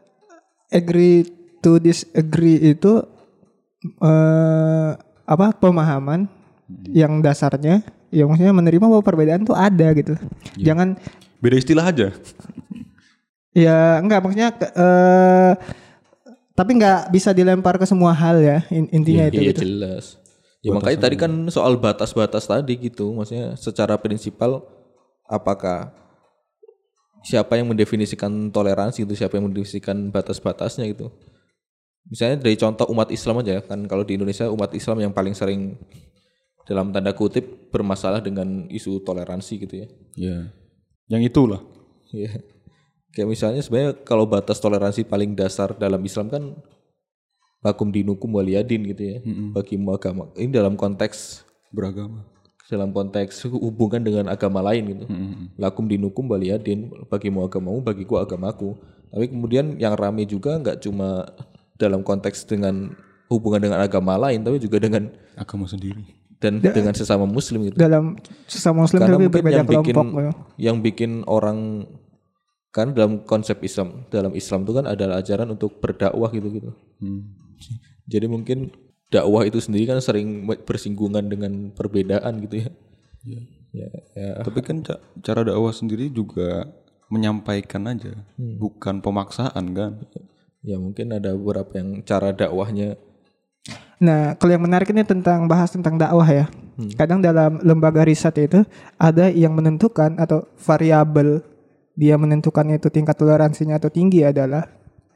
agree to disagree itu uh, apa pemahaman hmm. yang dasarnya ya maksudnya menerima bahwa perbedaan tuh ada gitu. Ya. Jangan beda istilah aja. Ya enggak maksudnya uh, tapi enggak bisa dilempar ke semua hal ya intinya ya, itu. Iya gitu. jelas. Ya batas makanya tadi kan soal batas-batas tadi gitu. Maksudnya secara prinsipal apakah siapa yang mendefinisikan toleransi itu, siapa yang mendefinisikan batas-batasnya gitu. Misalnya dari contoh umat Islam aja kan, kalau di Indonesia umat Islam yang paling sering dalam tanda kutip bermasalah dengan isu toleransi gitu ya. Iya. Yang itulah. Iya. Kayak misalnya sebenarnya kalau batas toleransi paling dasar dalam Islam kan lakum dinukum waliyadin gitu ya. Mm-hmm. Bagimu agama. Ini dalam konteks beragama. Dalam konteks hubungan dengan agama lain gitu. Mm-hmm. Lakum dinukum waliyadin, bagimu agamamu, bagiku agamaku. Tapi kemudian yang rame juga enggak cuma dalam konteks dengan hubungan dengan agama lain, tapi juga dengan agama sendiri. Dan da- dengan sesama muslim gitu. Dalam sesama muslim karena lebih berbeda yang bikin, kelompok ya. Yang bikin orang kan dalam konsep Islam, dalam Islam itu kan adalah ajaran untuk berdakwah gitu-gitu. Hmm. Jadi mungkin dakwah itu sendiri kan sering bersinggungan dengan perbedaan gitu ya. Ya, ya, ya. Tapi kan ca- cara dakwah sendiri juga menyampaikan aja, hmm. bukan pemaksaan kan. Ya mungkin ada beberapa yang cara dakwahnya. Nah, kalau yang menarik ini tentang bahas tentang dakwah ya. Hmm. Kadang dalam lembaga riset itu ada yang menentukan atau variabel dia menentukan itu tingkat toleransinya atau tinggi adalah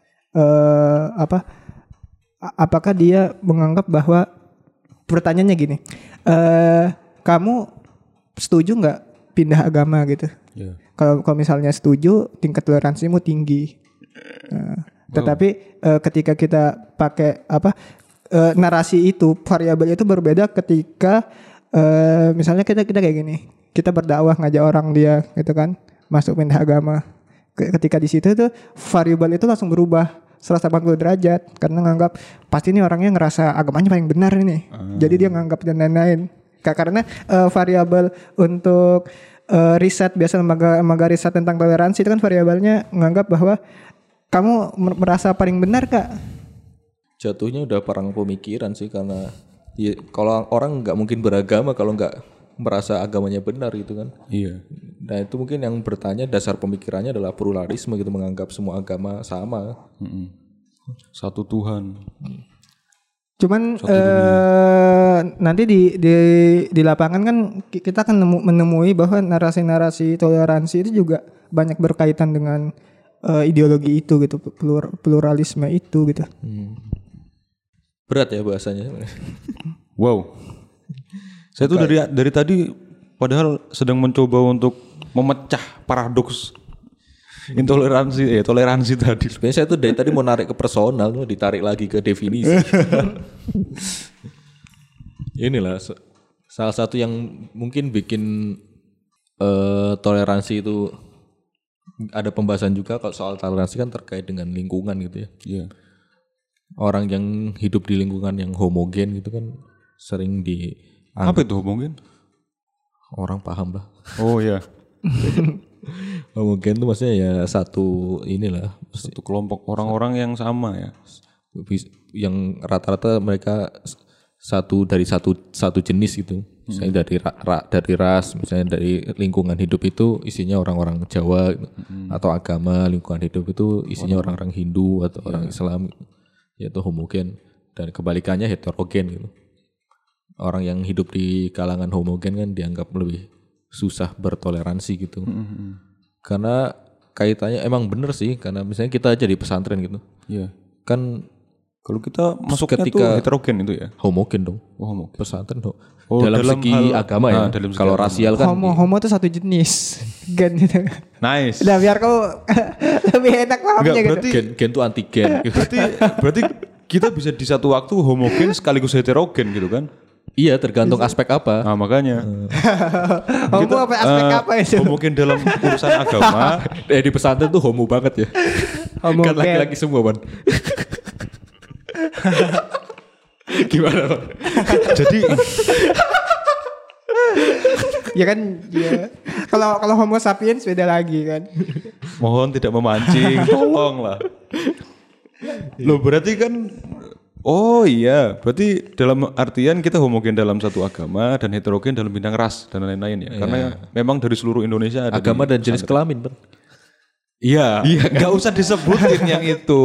uh, apa? Apakah dia menganggap bahwa pertanyaannya gini, uh, kamu setuju nggak pindah agama gitu? Yeah. Kalau kalau misalnya setuju, tingkat toleransimu tinggi. Uh, wow. Tetapi uh, ketika kita pakai apa? Uh, narasi itu variabel itu berbeda ketika uh, misalnya kita kita kayak gini, kita berdakwah ngajak orang dia gitu kan masuk pindah agama. Ketika di situ tuh variabel itu langsung berubah seratus delapan puluh derajat karena nganggap pasti ini orangnya ngerasa agamanya paling benar ini. Hmm. Jadi dia nganggap dan lain-lain. Karena uh, variabel untuk uh, riset biasa lembaga-lembaga riset tentang toleransi itu kan variabelnya nganggap bahwa kamu merasa paling benar Kak. Jatuhnya udah perang pemikiran sih karena ya, kalau orang nggak mungkin beragama kalau nggak merasa agamanya benar gitu kan. Iya. Nah itu mungkin yang bertanya dasar pemikirannya adalah pluralisme gitu, menganggap semua agama sama. Mm-mm. Satu Tuhan. Cuman eh, nanti di, di di lapangan kan kita akan nemu, menemui bahwa narasi-narasi toleransi itu juga banyak berkaitan dengan eh, ideologi itu gitu, plur, pluralisme itu gitu. Hmm. Berat ya bahasanya. Wow. Saya tuh dari dari tadi padahal sedang mencoba untuk memecah paradoks intoleransi eh toleransi tadi. Sebenarnya saya tuh dari tadi mau narik ke personal, tuh ditarik lagi ke definisi. Inilah salah satu yang mungkin bikin uh, toleransi itu ada pembahasan juga kalau soal toleransi kan terkait dengan lingkungan gitu ya. Iya. Orang yang hidup di lingkungan yang homogen gitu kan sering di apa itu homogen? Orang paham lah. Oh iya. Homogen itu maksudnya ya satu inilah satu kelompok orang-orang yang sama ya. Yang rata-rata mereka satu dari satu satu jenis gitu. Misalnya hmm. dari ra, ra, dari ras, misalnya dari lingkungan hidup itu isinya orang-orang Jawa gitu. Hmm. Atau agama lingkungan hidup itu isinya orang. orang-orang Hindu atau yeah. orang Islam gitu. Yaitu homogen dan kebalikannya heterogen gitu. Orang yang hidup di kalangan homogen kan dianggap lebih susah bertoleransi gitu. Mm-hmm. Karena kaitannya emang bener sih, karena misalnya kita aja di pesantren gitu. Iya. Kan kalau kita masuknya ketika tuh heterogen itu ya. Homogen dong. Oh, homogen. Pesantren dong. Oh, dalam, dalam segi hal, agama ya. Nah, kalau rasial kan homo homo itu satu jenis. Gen gitu. Nice. Udah biar kau lebih enak pahamnya gitu. Berarti gen, gen tuh antigen. berarti berarti kita bisa di satu waktu homogen sekaligus heterogen gitu kan? Iya, tergantung aspek apa. Nah, makanya. Homo kita, apa aspek uh, apa itu? Homogen dalam urusan agama. Eh di pesantren tuh homo banget ya. Homo kan laki-laki semua, Ban. Gimana, Bang? Jadi ya kan ya. Kalau kalau homo sapiens beda lagi kan. Mohon tidak memancing, tolonglah. Loh berarti kan oh iya, berarti dalam artian kita homogen dalam satu agama dan heterogen dalam bidang ras dan lain-lain ya. Karena yeah. memang dari seluruh Indonesia ada agama dan jenis kelamin, Bang. Iya, iya kan? Gak usah disebutin yang itu.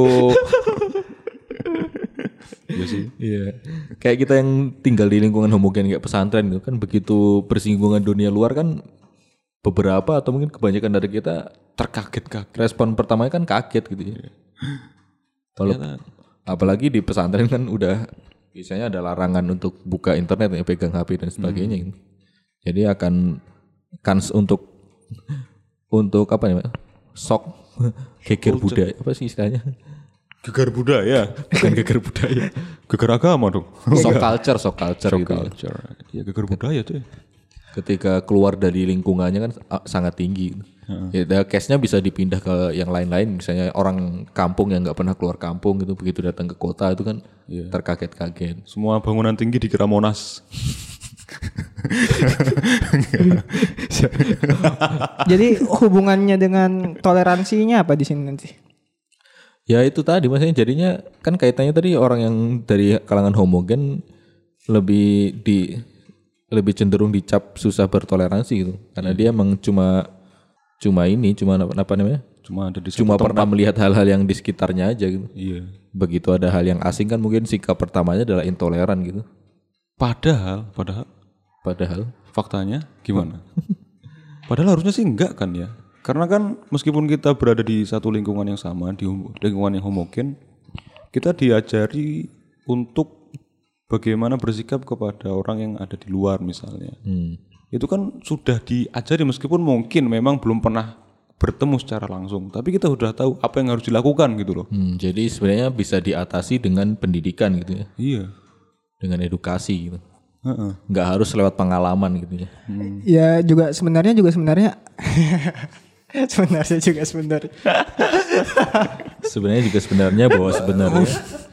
Iya sih. Iya. Kayak kita yang tinggal di lingkungan homogen kayak pesantren gitu kan, begitu bersinggungan dunia luar kan beberapa atau mungkin kebanyakan dari kita terkaget-kaget. Respon pertamanya kan kaget gitu ya. Kalau apalagi di pesantren kan udah biasanya ada larangan untuk buka internet ya, pegang H P dan sebagainya. Hmm. Jadi akan kans untuk untuk apa namanya? Sok geger budaya apa sih istilahnya? Gegar budaya, bukan geger budaya. Gegar agama dong. Sok culture, sok culture sok gitu. Culture. Ya gegar budaya tuh ya. Ketika keluar dari lingkungannya kan sangat tinggi. Uh-huh. Ya, case-nya bisa dipindah ke yang lain-lain. Misalnya orang kampung yang nggak pernah keluar kampung gitu, begitu datang ke kota itu kan yeah. terkaget-kaget. Semua bangunan tinggi dikira Monas. Jadi hubungannya dengan toleransinya apa di sini nanti? Ya itu tadi maksudnya jadinya kan kaitannya tadi orang yang dari kalangan homogen lebih di lebih cenderung dicap susah bertoleransi gitu. Karena yeah. dia emang cuma cuma ini cuma apa, apa namanya? Cuma ada di cuma tempat. Pernah melihat hal-hal yang di sekitarnya aja gitu. Iya. Begitu ada hal yang asing kan mungkin sikap pertamanya adalah intoleran gitu. Padahal, padahal, padahal faktanya gimana? Padahal harusnya sih enggak kan ya? Karena kan meskipun kita berada di satu lingkungan yang sama, di lingkungan yang homogen, kita diajari untuk bagaimana bersikap kepada orang yang ada di luar misalnya. Hmm. Itu kan sudah diajari meskipun mungkin memang belum pernah bertemu secara langsung, tapi kita sudah tahu apa yang harus dilakukan gitu loh. Hmm, jadi sebenarnya bisa diatasi dengan pendidikan gitu ya. Iya. Dengan edukasi gitu. Uh-uh. Nggak harus lewat pengalaman gitu ya. Hmm. Ya juga sebenarnya juga sebenarnya Sebenarnya juga sebenarnya. Sebenarnya juga sebenarnya bahwa sebenarnya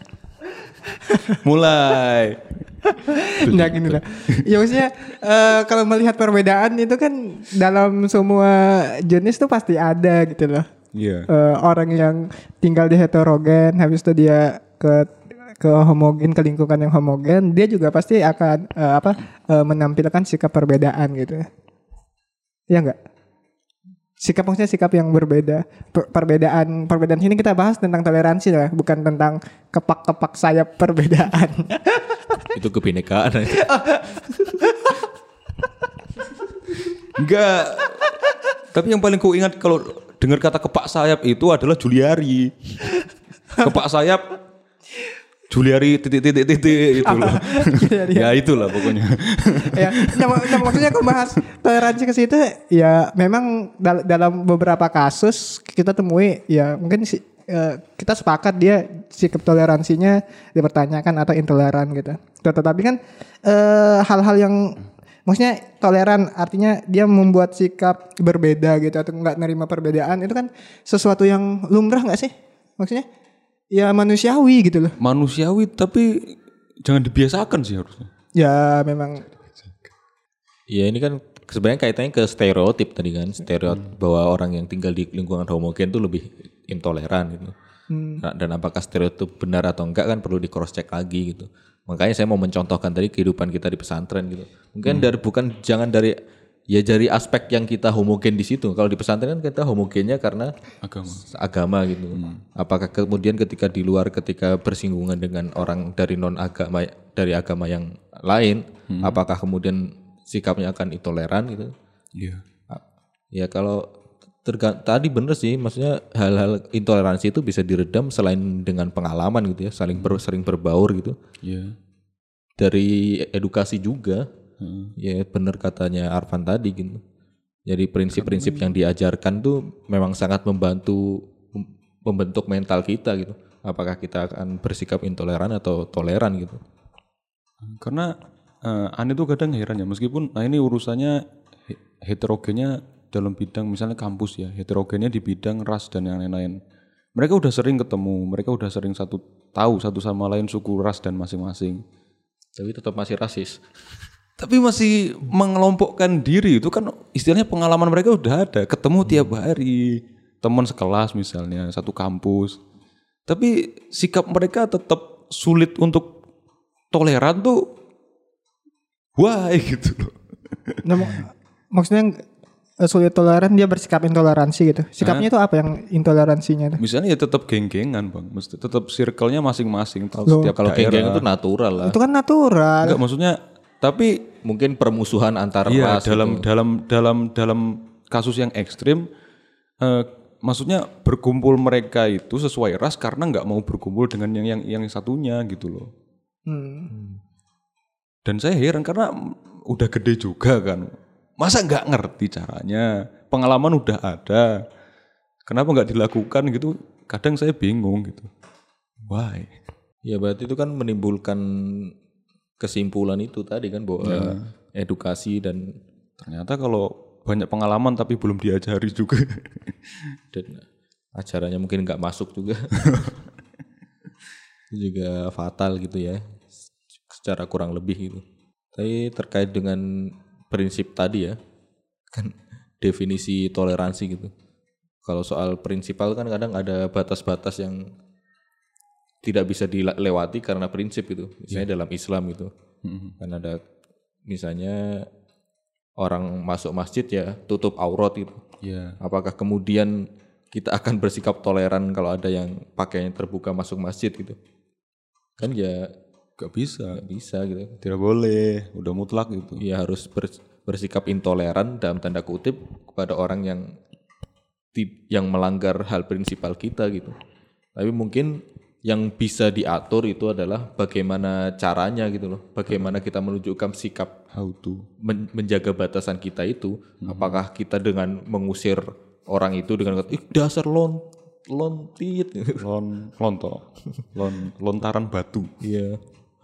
Mulai. Nggak gini lah. Ya maksudnya eh, kalau melihat perbedaan itu kan dalam semua jenis tuh pasti ada gitu loh. Iya. Eh, orang yang tinggal di heterogen, habis itu dia ke ke homogen, ke lingkungan yang homogen, dia juga pasti akan eh, apa eh, menampilkan sikap perbedaan gitu. Ya enggak? Sikap maksudnya sikap yang berbeda. Per- perbedaan perbedaan sini kita bahas tentang toleransi lah, bukan tentang kepak-kepak sayap perbedaan. itu kebinekaan. Enggak. Tapi yang paling ku ingat kalau dengar kata kepak sayap itu adalah Juliari. Kepak sayap Juliari titik-titik-titik itu loh. Juliari. Ya itulah pokoknya. Ya, nah, nah, maksudnya aku bahas toleransi ke situ ya memang dal- dalam beberapa kasus kita temui ya mungkin si, eh, kita sepakat dia sikap toleransinya dipertanyakan atau intoleran gitu. Tetapi kan eh, hal-hal yang maksudnya toleran artinya dia membuat sikap berbeda gitu atau nggak nerima perbedaan itu kan sesuatu yang lumrah nggak sih? Maksudnya ya manusiawi gitu loh. Manusiawi tapi jangan dibiasakan sih harusnya. Ya memang. Ya ini kan sebenarnya kaitannya ke stereotip tadi kan, stereotip hmm. bahwa orang yang tinggal di lingkungan homogen itu lebih intoleran gitu. Hmm. Nah, dan apakah stereotip benar atau enggak kan perlu di cross check lagi gitu. Makanya saya mau mencontohkan tadi kehidupan kita di pesantren gitu. Mungkin hmm. dari bukan jangan dari ya dari aspek yang kita homogen di situ. Kalau di pesantren kan kita homogennya karena agama, agama gitu. Hmm. Apakah kemudian ketika di luar ketika bersinggungan dengan orang dari non agama dari agama yang lain, hmm. apakah kemudian sikapnya akan intoleran gitu? Iya. Yeah. Ya kalau terga- tadi bener sih, maksudnya hal-hal intoleransi itu bisa diredam selain dengan pengalaman gitu ya, saling ber, sering berbaur gitu. Iya. Yeah. Dari edukasi juga. Hmm. Ya benar katanya Arfan tadi gitu. Jadi prinsip-prinsip yang diajarkan tuh memang sangat membantu membentuk mental kita gitu. Apakah kita akan bersikap intoleran atau toleran gitu. Karena uh, aneh tuh kadang heran ya, meskipun nah ini urusannya heterogennya dalam bidang misalnya kampus ya, heterogennya di bidang ras dan yang lain-lain. Mereka udah sering ketemu, mereka udah sering satu tahu satu sama lain suku ras dan masing-masing. Tapi tetap masih rasis. Tapi masih mengelompokkan diri itu kan istilahnya pengalaman mereka udah ada, ketemu tiap hari, teman sekelas misalnya, satu kampus. Tapi sikap mereka tetap sulit untuk toleran tuh why gitu loh. Nah, mak- maksudnya sulit toleran dia bersikap intoleransi gitu. Sikapnya itu apa yang intoleransinya tuh? Misalnya ya tetap geng-gengan bang, mesti tetap circle-nya masing-masing. Loh, setiap kalau geng-geng itu natural lah. Itu kan natural. Enggak maksudnya, tapi mungkin permusuhan antar iya, ras. dalam itu. dalam dalam dalam kasus yang ekstrim, eh, maksudnya berkumpul mereka itu sesuai ras karena nggak mau berkumpul dengan yang yang yang satunya gitu loh. Hmm. Dan saya heran karena udah gede juga kan. Masa nggak ngerti caranya? Pengalaman udah ada. Kenapa nggak dilakukan gitu? Kadang saya bingung gitu. Why? Ya berarti itu kan menimbulkan kesimpulan itu tadi kan bahwa ya. Edukasi dan ternyata kalau banyak pengalaman tapi belum diajari juga. Dan acaranya mungkin nggak masuk juga. Itu juga fatal gitu ya. Secara kurang lebih gitu. Tapi terkait dengan prinsip tadi ya, kan definisi toleransi gitu. Kalau soal prinsipal kan kadang ada batas-batas yang tidak bisa dilewati karena prinsip gitu. Misalnya yeah. dalam Islam gitu, mm-hmm. kan ada misalnya orang masuk masjid ya tutup aurat gitu. Yeah. Apakah kemudian kita akan bersikap toleran kalau ada yang pakaiannya terbuka masuk masjid gitu? Kan ya gak bisa, gak bisa gitu. Tidak boleh, udah mutlak gitu. Iya harus bersikap intoleran dalam tanda kutip kepada orang yang yang melanggar hal prinsipal kita gitu. Tapi mungkin yang bisa diatur itu adalah bagaimana caranya gitu loh. Bagaimana kita menunjukkan sikap how to men- menjaga batasan kita itu. Mm-hmm. Apakah kita dengan mengusir orang itu dengan kata, ih dasar lon lontit, lon lonto, lon lontaran batu. Iya.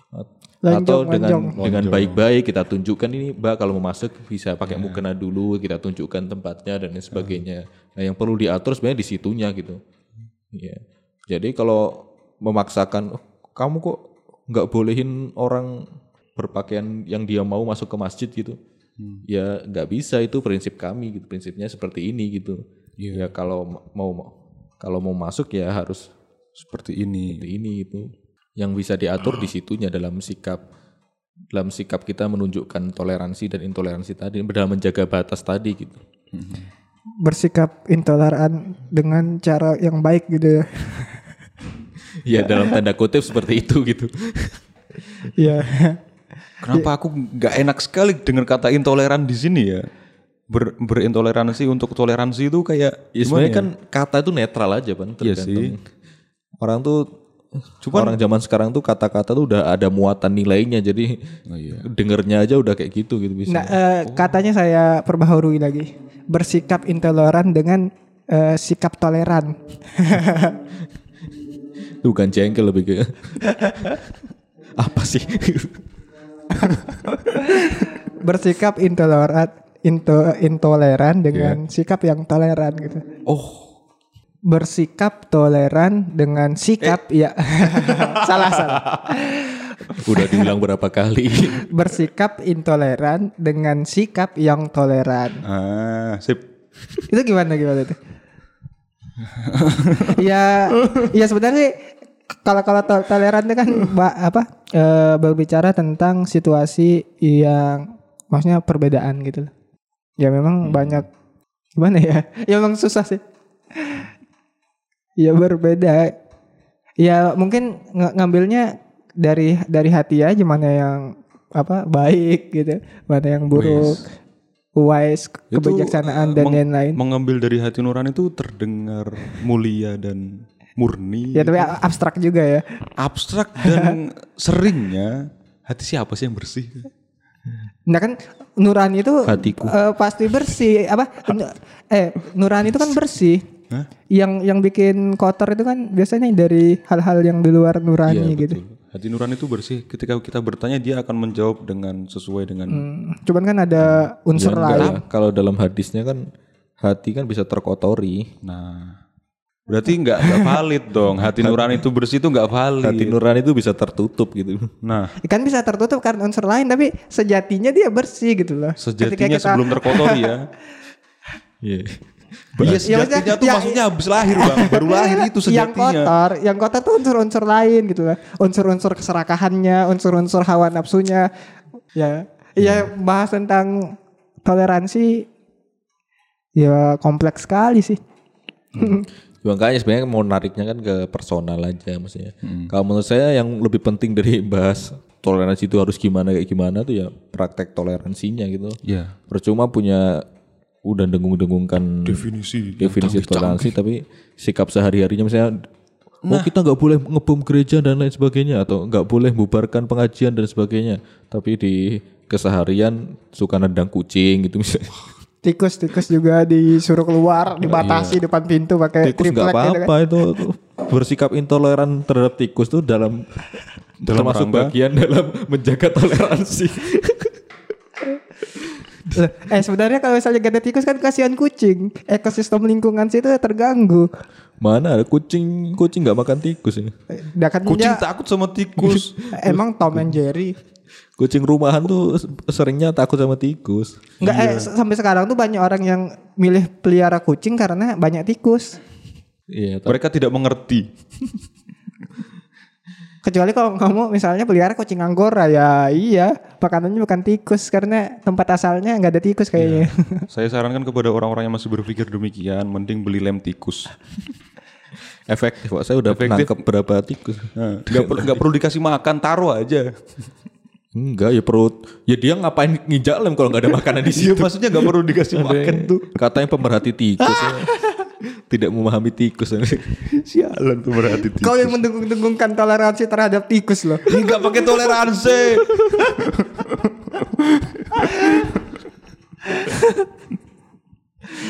atau Lonjong, dengan lonjong. dengan baik-baik kita tunjukkan ini Mbak kalau mau masuk bisa pakai mukena dulu, kita tunjukkan tempatnya dan lain sebagainya. Nah yang perlu diatur sebenarnya di situnya gitu. Ya. Jadi kalau memaksakan oh, kamu kok nggak bolehin orang berpakaian yang dia mau masuk ke masjid gitu, hmm. ya nggak bisa, itu prinsip kami gitu, prinsipnya seperti ini gitu. Yeah. Ya kalau mau kalau mau masuk ya harus seperti ini, seperti ini itu. Yang bisa diatur di situnya dalam sikap dalam sikap kita menunjukkan toleransi dan intoleransi tadi, dalam menjaga batas tadi gitu. Hmm. Bersikap intoleran dengan cara yang baik gitu ya. Ya dalam tanda kutip seperti itu gitu. Iya. Kenapa aku nggak enak sekali dengar kata intoleran di sini ya? Ber, berintoleransi untuk toleransi itu kayak ya sebenarnya kan kata itu netral aja Pan, tergantung. Iya sih. Orang tuh Cuman, orang zaman sekarang tuh kata-kata tuh udah ada muatan nilainya, jadi oh iya. dengernya aja udah kayak gitu gitu bisa. Nah, uh, katanya saya perbaharui lagi. Bersikap intoleran dengan uh, sikap toleran. Bukan jengkel, lebih ke apa sih? Bersikap intoleran, into, intoleran dengan yeah. sikap yang toleran gitu. Oh, bersikap toleran dengan sikap eh. ya salah salah. Udah diulang berapa kali? Bersikap intoleran dengan sikap yang toleran. Ah, sip. Itu gimana gimana itu? Ya, ya sebenarnya kalau kalau to- toleran itu kan apa e, berbicara tentang situasi yang maksudnya perbedaan gitu. Ya memang hmm. banyak gimana ya? Ya memang susah sih. Ya berbeda. Ya mungkin ng- ngambilnya dari dari hati aja, mana yang apa baik gitu, mana yang buruk. Wise, kebijaksanaan dan lain-lain. Mengambil dari hati nurani itu terdengar mulia dan murni. Ya tapi abstrak juga ya. Abstrak dan seringnya hati siapa sih yang bersih? Nah kan nurani itu uh, pasti bersih. Apa? Eh nurani itu kan bersih. Hah? Yang yang bikin kotor itu kan biasanya dari hal-hal yang di luar nurani ya, gitu. Betul. Hati nurani itu bersih. Ketika kita bertanya dia akan menjawab dengan sesuai dengan. Hmm, cuman kan ada unsur ya, lain. Ya. Kalau dalam hadisnya kan hati kan bisa terkotori. Nah, berarti nggak nggak valid dong. Hati nurani itu bersih itu nggak valid. Hati nurani itu bisa tertutup gitu. Nah, kan bisa tertutup karena unsur lain, tapi sejatinya dia bersih gitu loh. Sejatinya kita... sebelum terkotori ya. Iya. Iya sejatinya ya, tuh ya, maksudnya habis lahir bang, baru lahir itu sejatinya. Yang kotor, yang kotor tuh unsur-unsur lain gitu lah, unsur-unsur keserakahannya, unsur-unsur hawa nafsunya. Ya, hmm. ya bahas tentang toleransi, ya kompleks sekali sih. Hmm. Makanya sebenarnya mau nariknya kan ke personal aja maksudnya. Hmm. Kalau menurut saya yang lebih penting dari bahas toleransi itu harus gimana kayak gimana tuh ya praktek toleransinya gitu. Iya. Yeah. Percuma punya udah dengung-dengungkan definisi definisi toleransi tapi sikap sehari-harinya misalnya nah. oh kita nggak boleh ngebom gereja dan lain sebagainya atau nggak boleh bubarkan pengajian dan sebagainya, tapi di keseharian suka nendang kucing gitu misalnya. Tikus-tikus juga disuruh keluar, dibatasi iya. depan pintu pakai tikus nggak apa-apa gitu kan. Itu bersikap intoleran terhadap tikus tuh dalam, dalam termasuk rangka. Bagian dalam menjaga toleransi. Eh sebenarnya kalau misalnya gak ada tikus kan kasihan kucing, ekosistem lingkungan situ terganggu. Mana ada kucing kucing nggak makan tikus ini? Nah, kan kucing dia, takut sama tikus. Emang Tom and Jerry. Kucing rumahan tuh seringnya takut sama tikus. Enggak iya. eh, sampai sekarang tuh banyak orang yang milih pelihara kucing karena banyak tikus. Iya. Mereka tidak mengerti. Kecuali kalau kamu misalnya pelihara kucing Anggora ya iya makanannya bukan tikus karena tempat asalnya nggak ada tikus kayaknya. Ya. Saya sarankan kepada orang-orang yang masih berpikir demikian mending beli lem tikus. Efektif kok, saya udah nangkep berapa tikus. Nah, gak, per, gak perlu dikasih makan, taruh aja. Enggak ya perut. Ya dia ngapain nginjak lem kalau gak ada makanan di situ. Ya, maksudnya gak perlu dikasih makan tuh. Katanya pemerhati tikus. Ya. Tidak memahami tikus. Sialan pemerhati tikus. Kau yang mendengung-dengungkan toleransi terhadap tikus loh. Enggak pakai toleransi.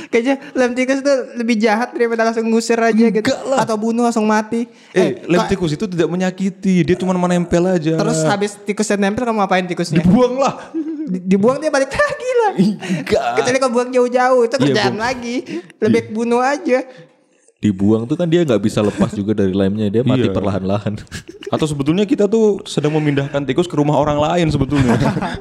Kayaknya lem tikus tuh lebih jahat daripada langsung ngusir aja gitu. Atau bunuh langsung mati. Eh, lem tikus itu tidak menyakiti, dia cuma menempel aja. Terus habis tikusnya nempel kamu apain tikusnya? Dibuang lah. Di- dibuang dia balik lagi lah. Enggak. Kecuali kau buang jauh-jauh itu kerjaan buang. lagi. Lebih baik bunuh aja. Dibuang tuh kan dia nggak bisa lepas juga dari lemnya, dia mati Iya. perlahan-lahan. Atau sebetulnya kita tuh sedang memindahkan tikus ke rumah orang lain sebetulnya.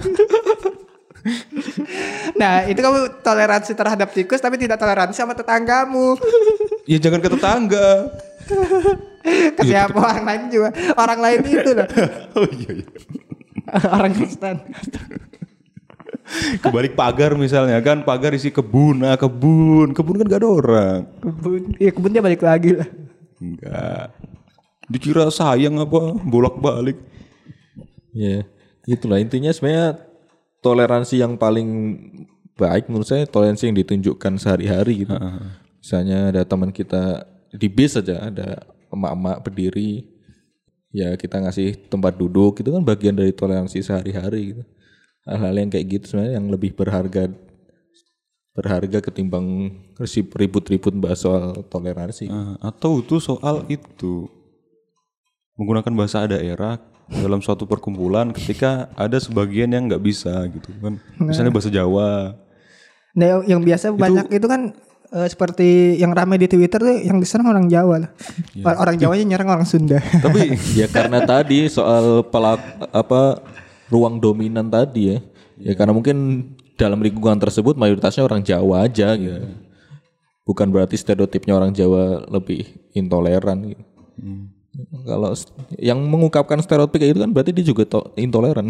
Nah itu kamu toleransi terhadap tikus tapi tidak toleransi sama tetanggamu. Ya jangan ke tetangga. Ke siapa orang lain juga. Orang lain itu loh. Oh iya, iya. Orang Kristen. Kebalik pagar misalnya kan, pagar isi kebun, nah kebun, kebun kan gak ada orang. Kebun. Iya kebun dia balik lagi lah. Enggak. Dikira sayang apa, bolak-balik. Ya, itulah intinya sebenarnya toleransi yang paling baik menurut saya toleransi yang ditunjukkan sehari-hari gitu. Misalnya ada teman kita di bis aja ada emak-emak berdiri, ya kita ngasih tempat duduk itu kan bagian dari toleransi sehari-hari gitu. Hal-hal yang kayak gitu sebenarnya yang lebih berharga berharga ketimbang ribut-ribut bahas soal toleransi. Uh, atau itu soal itu menggunakan bahasa daerah dalam suatu perkumpulan ketika ada sebagian yang nggak bisa gitu kan, misalnya bahasa Jawa. Nah yang, yang biasa banyak itu kan eh, seperti yang ramai di Twitter tuh yang diserang orang Jawa lah. Or- Orang Jawanya nyerang orang Sunda. Tapi Ya karena tadi soal pelak apa ruang dominan tadi ya. Ya karena mungkin dalam lingkungan tersebut mayoritasnya orang Jawa aja gitu. Bukan berarti stereotipnya orang Jawa lebih intoleran gitu. Hmm. Kalau st- yang mengungkapkan stereotip kayak itu kan berarti dia juga to- intoleran.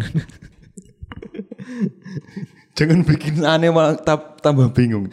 jangan bikin aneh malah tam- tambah bingung.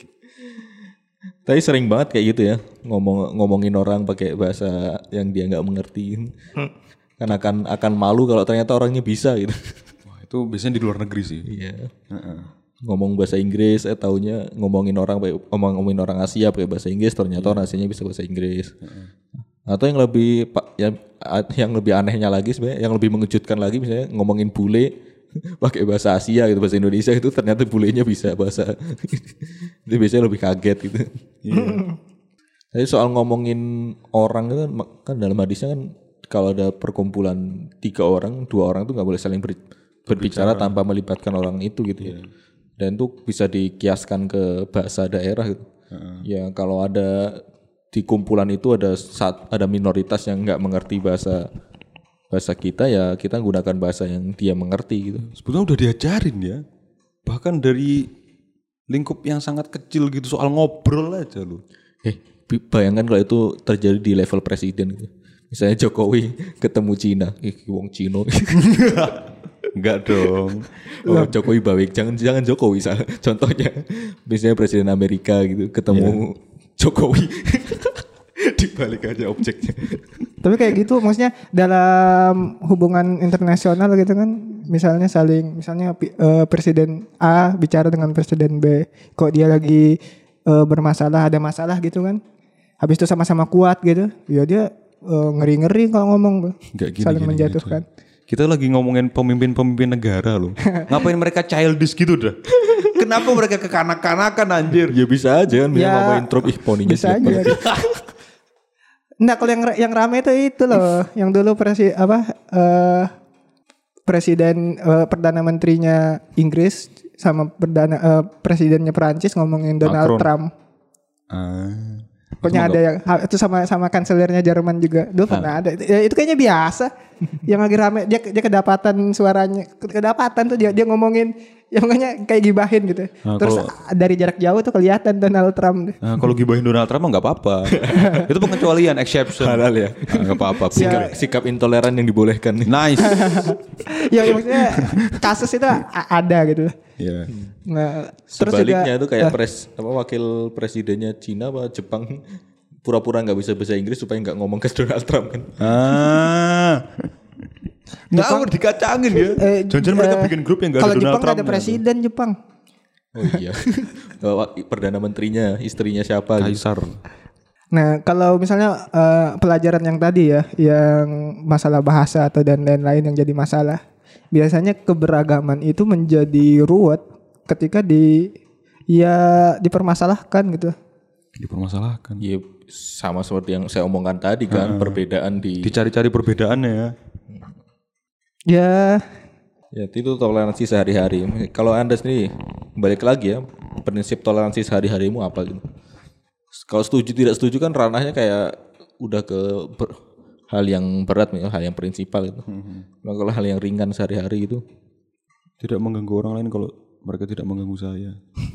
Tapi sering banget kayak gitu ya, ngomong ngomongin orang pakai bahasa yang dia nggak mengerti. Kan akan akan malu kalau ternyata orangnya bisa gitu. Wah, itu biasanya di luar negeri sih. Iya. Heeh. Ngomong bahasa Inggris, eh taunya ngomongin orang pakai ngomongin orang Asia pakai bahasa Inggris, ternyata orang Asianya bisa bahasa Inggris. Atau yang lebih pak yang, yang lebih anehnya lagi sebenarnya, yang lebih mengejutkan lagi misalnya ngomongin bule pakai bahasa Asia gitu, bahasa Indonesia itu ternyata bulenya bisa bahasa. Itu biasanya lebih kaget gitu. Iya. Jadi soal ngomongin orang itu kan, kan dalam hadisnya kan kalau ada perkumpulan tiga orang, dua orang itu nggak boleh saling ber, berbicara tanpa melibatkan orang itu gitu. Yeah. Dan itu bisa dikiaskan ke bahasa daerah gitu. Uh-huh. Ya kalau ada di kumpulan itu ada saat ada minoritas yang nggak mengerti bahasa bahasa kita, ya kita gunakan bahasa yang dia mengerti gitu. Sebetulnya udah diajarin ya. Bahkan dari lingkup yang sangat kecil gitu soal ngobrol aja loh. Eh, bayangkan kalau itu terjadi di level presiden gitu. Misalnya Jokowi ketemu Cina, ih wong Cina. Enggak dong. Oh, Jokowi baik, jangan jangan Jokowi salah. Contohnya misalnya presiden Amerika gitu ketemu yeah. Jokowi. Dibalik aja objeknya. Tapi kayak gitu maksudnya dalam hubungan internasional gitu kan, misalnya saling misalnya uh, presiden A bicara dengan presiden B, kok dia lagi uh, bermasalah, ada masalah gitu kan. Habis itu sama-sama kuat gitu. Ya dia uh, ngeri-ngeri kalau ngomong, Gak gini, saling gini, menjatuhkan. Gini. Kita lagi ngomongin pemimpin-pemimpin negara loh. Ngapain mereka childish gitu dah? Kenapa mereka kekanak-kanakan anjir? Ya bisa aja kan, ya, ngomongin Trump ih poninya bisa aja. Nah kalau yang yang rame itu itu loh, yang dulu presi apa uh, presiden uh, perdana menterinya Inggris sama perdana uh, presidennya Perancis ngomongin Donald Macron. Trump. Ah. Pokoknya ada yang itu sama sama kanselernya Jerman juga. Dulu pernah ada. Ya, itu kayaknya biasa. Yang lagi rame dia dia kedapatan suaranya, kedapatan tuh dia dia ngomongin ya makanya kayak gibahin gitu. Nah, terus kalau, dari jarak jauh tuh kelihatan Donald Trump. Nah, kalau gibahin Donald Trump mah nggak apa-apa. Itu pengecualian, exception. halal ya. Nggak nah, apa-apa. Sikap, ya. Sikap intoleran yang dibolehkan. Nice. ya, ya maksudnya kasus itu ada gitu. Iya. Nah, sebaliknya juga, itu kayak uh, pres apa wakil presidennya Cina apa Jepang pura-pura nggak bisa bahasa Inggris supaya nggak ngomong ke Donald Trump kan. Ah. Nggak dikacangin ya. Eh, Jangan-jangan eh, mereka bikin grup yang nggak ada Donald Trump. Kalau Jepang ada presiden ya, Jepang. Oh iya. Perdana menterinya, istrinya siapa? Kaisar. Gitu. Nah, kalau misalnya uh, pelajaran yang tadi ya, yang masalah bahasa atau dan lain-lain yang jadi masalah, biasanya keberagaman itu menjadi ruwet ketika di ya dipermasalahkan gitu. Dipermasalahkan. Ya sama seperti yang saya omongkan tadi kan, Hmm. perbedaan di Dicari-cari perbedaannya ya. Ya ya itu toleransi sehari-hari. Kalau Anda sendiri balik lagi ya, prinsip toleransi sehari-harimu apa gitu? Kalau setuju tidak setuju kan ranahnya kayak udah ke ber- hal yang berat nih, hal yang prinsipal gitu. Nah, kalau hal yang ringan sehari-hari itu Tidak mengganggu orang lain kalau mereka tidak mengganggu saya.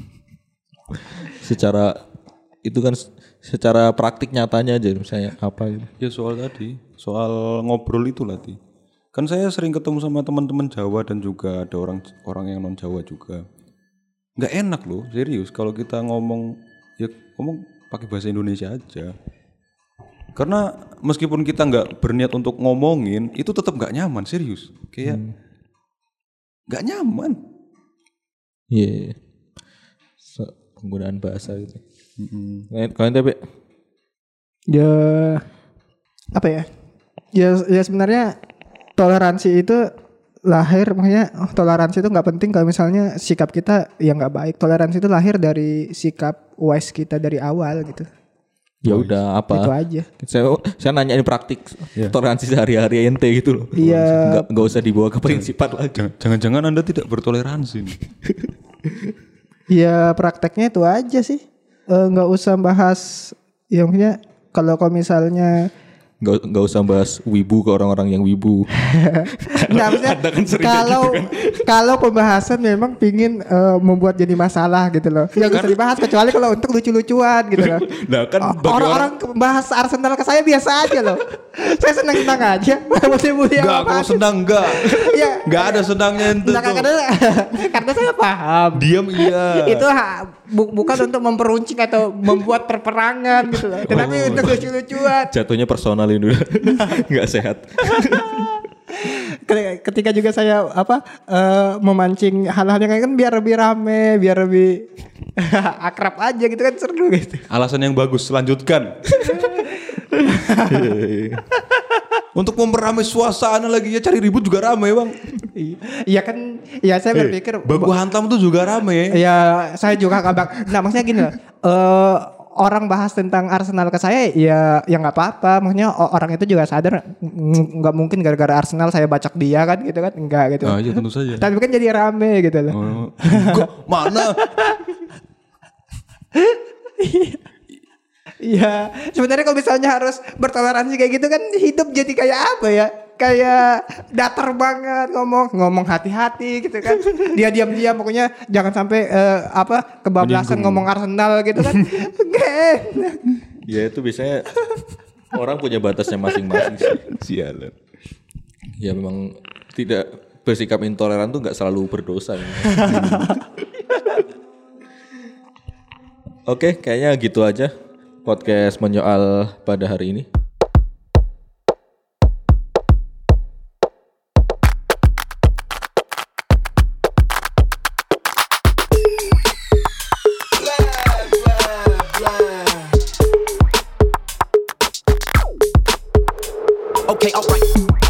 secara itu kan s- secara praktik nyatanya aja misalnya apa gitu. Ya soal tadi, soal ngobrol itu tadi. Kan saya sering ketemu sama teman-teman Jawa dan juga ada orang orang yang non Jawa juga. Nggak enak loh, serius. Kalau kita ngomong, ya ngomong pakai bahasa Indonesia aja. Karena meskipun kita nggak berniat untuk ngomongin, itu tetap nggak nyaman, serius. Kayak nggak nyaman. Iya. So, penggunaan bahasa gitu. Nah, kalau ente, Be? ya apa ya? Ya ya sebenarnya toleransi itu lahir, makanya oh, toleransi itu nggak penting kalau misalnya sikap kita yang nggak baik. Toleransi itu lahir dari sikap wise kita dari awal gitu. Ya udah apa? Itu aja. Saya saya nanyain praktik toleransi sehari-hari ente gitu loh. Iya. Nggak nggak usah dibawa ke prinsipat lagi. Jangan- Jangan-jangan Anda tidak bertoleransi nih. Ya prakteknya itu aja sih. Eh, nggak usah bahas yang punya kalau kalau misalnya Nggak nggak usah bahas wibu ke orang-orang yang wibu. nggak maksudnya kalau kalau pembahasan memang pingin eh, membuat jadi masalah gitu loh. Ya nggak usah dibahas kecuali kalau untuk lucu-lucuan gitu loh. Nah kan bagi Orang-orang bahas Arsenal ke saya biasa aja loh. Saya senang-senang aja. Boleh-boleh Enggak, apa. kalau senang enggak. Ya. Enggak ada senangnya itu Nah, tuh. karena, karena saya paham. Diam iya. Itu ha- bu- bukan untuk memperuncing atau membuat perperangan gitu loh. Tetapi untuk lucu-lucuan. jatuhnya personal ini udah nggak sehat. Ketika juga saya apa eh, memancing hal-hal yang kayak kan biar lebih rame, biar lebih akrab aja gitu kan seru gitu. Alasan yang bagus, lanjutkan. Untuk memperamai suasana lagi ya, cari ribut juga rame bang. Iya kan, ya saya berpikir Baku hantam tuh juga rame. ya saya juga kabak. Nah maksudnya gini loh, eh, orang bahas tentang Arsenal ke saya ya ya nggak apa-apa. Maksudnya o- orang itu juga sadar ng- nggak mungkin gara-gara Arsenal saya bacak dia kan gitu kan, enggak gitu. Ah iya tentu saja. Tapi kan jadi rame gitu loh. Oh, enggak, mana? Iya, sebenarnya kalau misalnya harus bertoleransi kayak gitu kan hidup jadi kayak apa ya? Kayak datar banget ngomong, ngomong hati-hati gitu kan. Dia diam-diam pokoknya jangan sampai eh, apa kebablasan ngomong Arsenal gitu kan. Nggak enak. Ya itu biasanya orang punya batasnya masing-masing sih. Sialan. Ya memang tidak bersikap intoleran tuh nggak selalu berdosa. Oke, kayaknya gitu aja podcast menyoal pada hari ini. Okay, alright.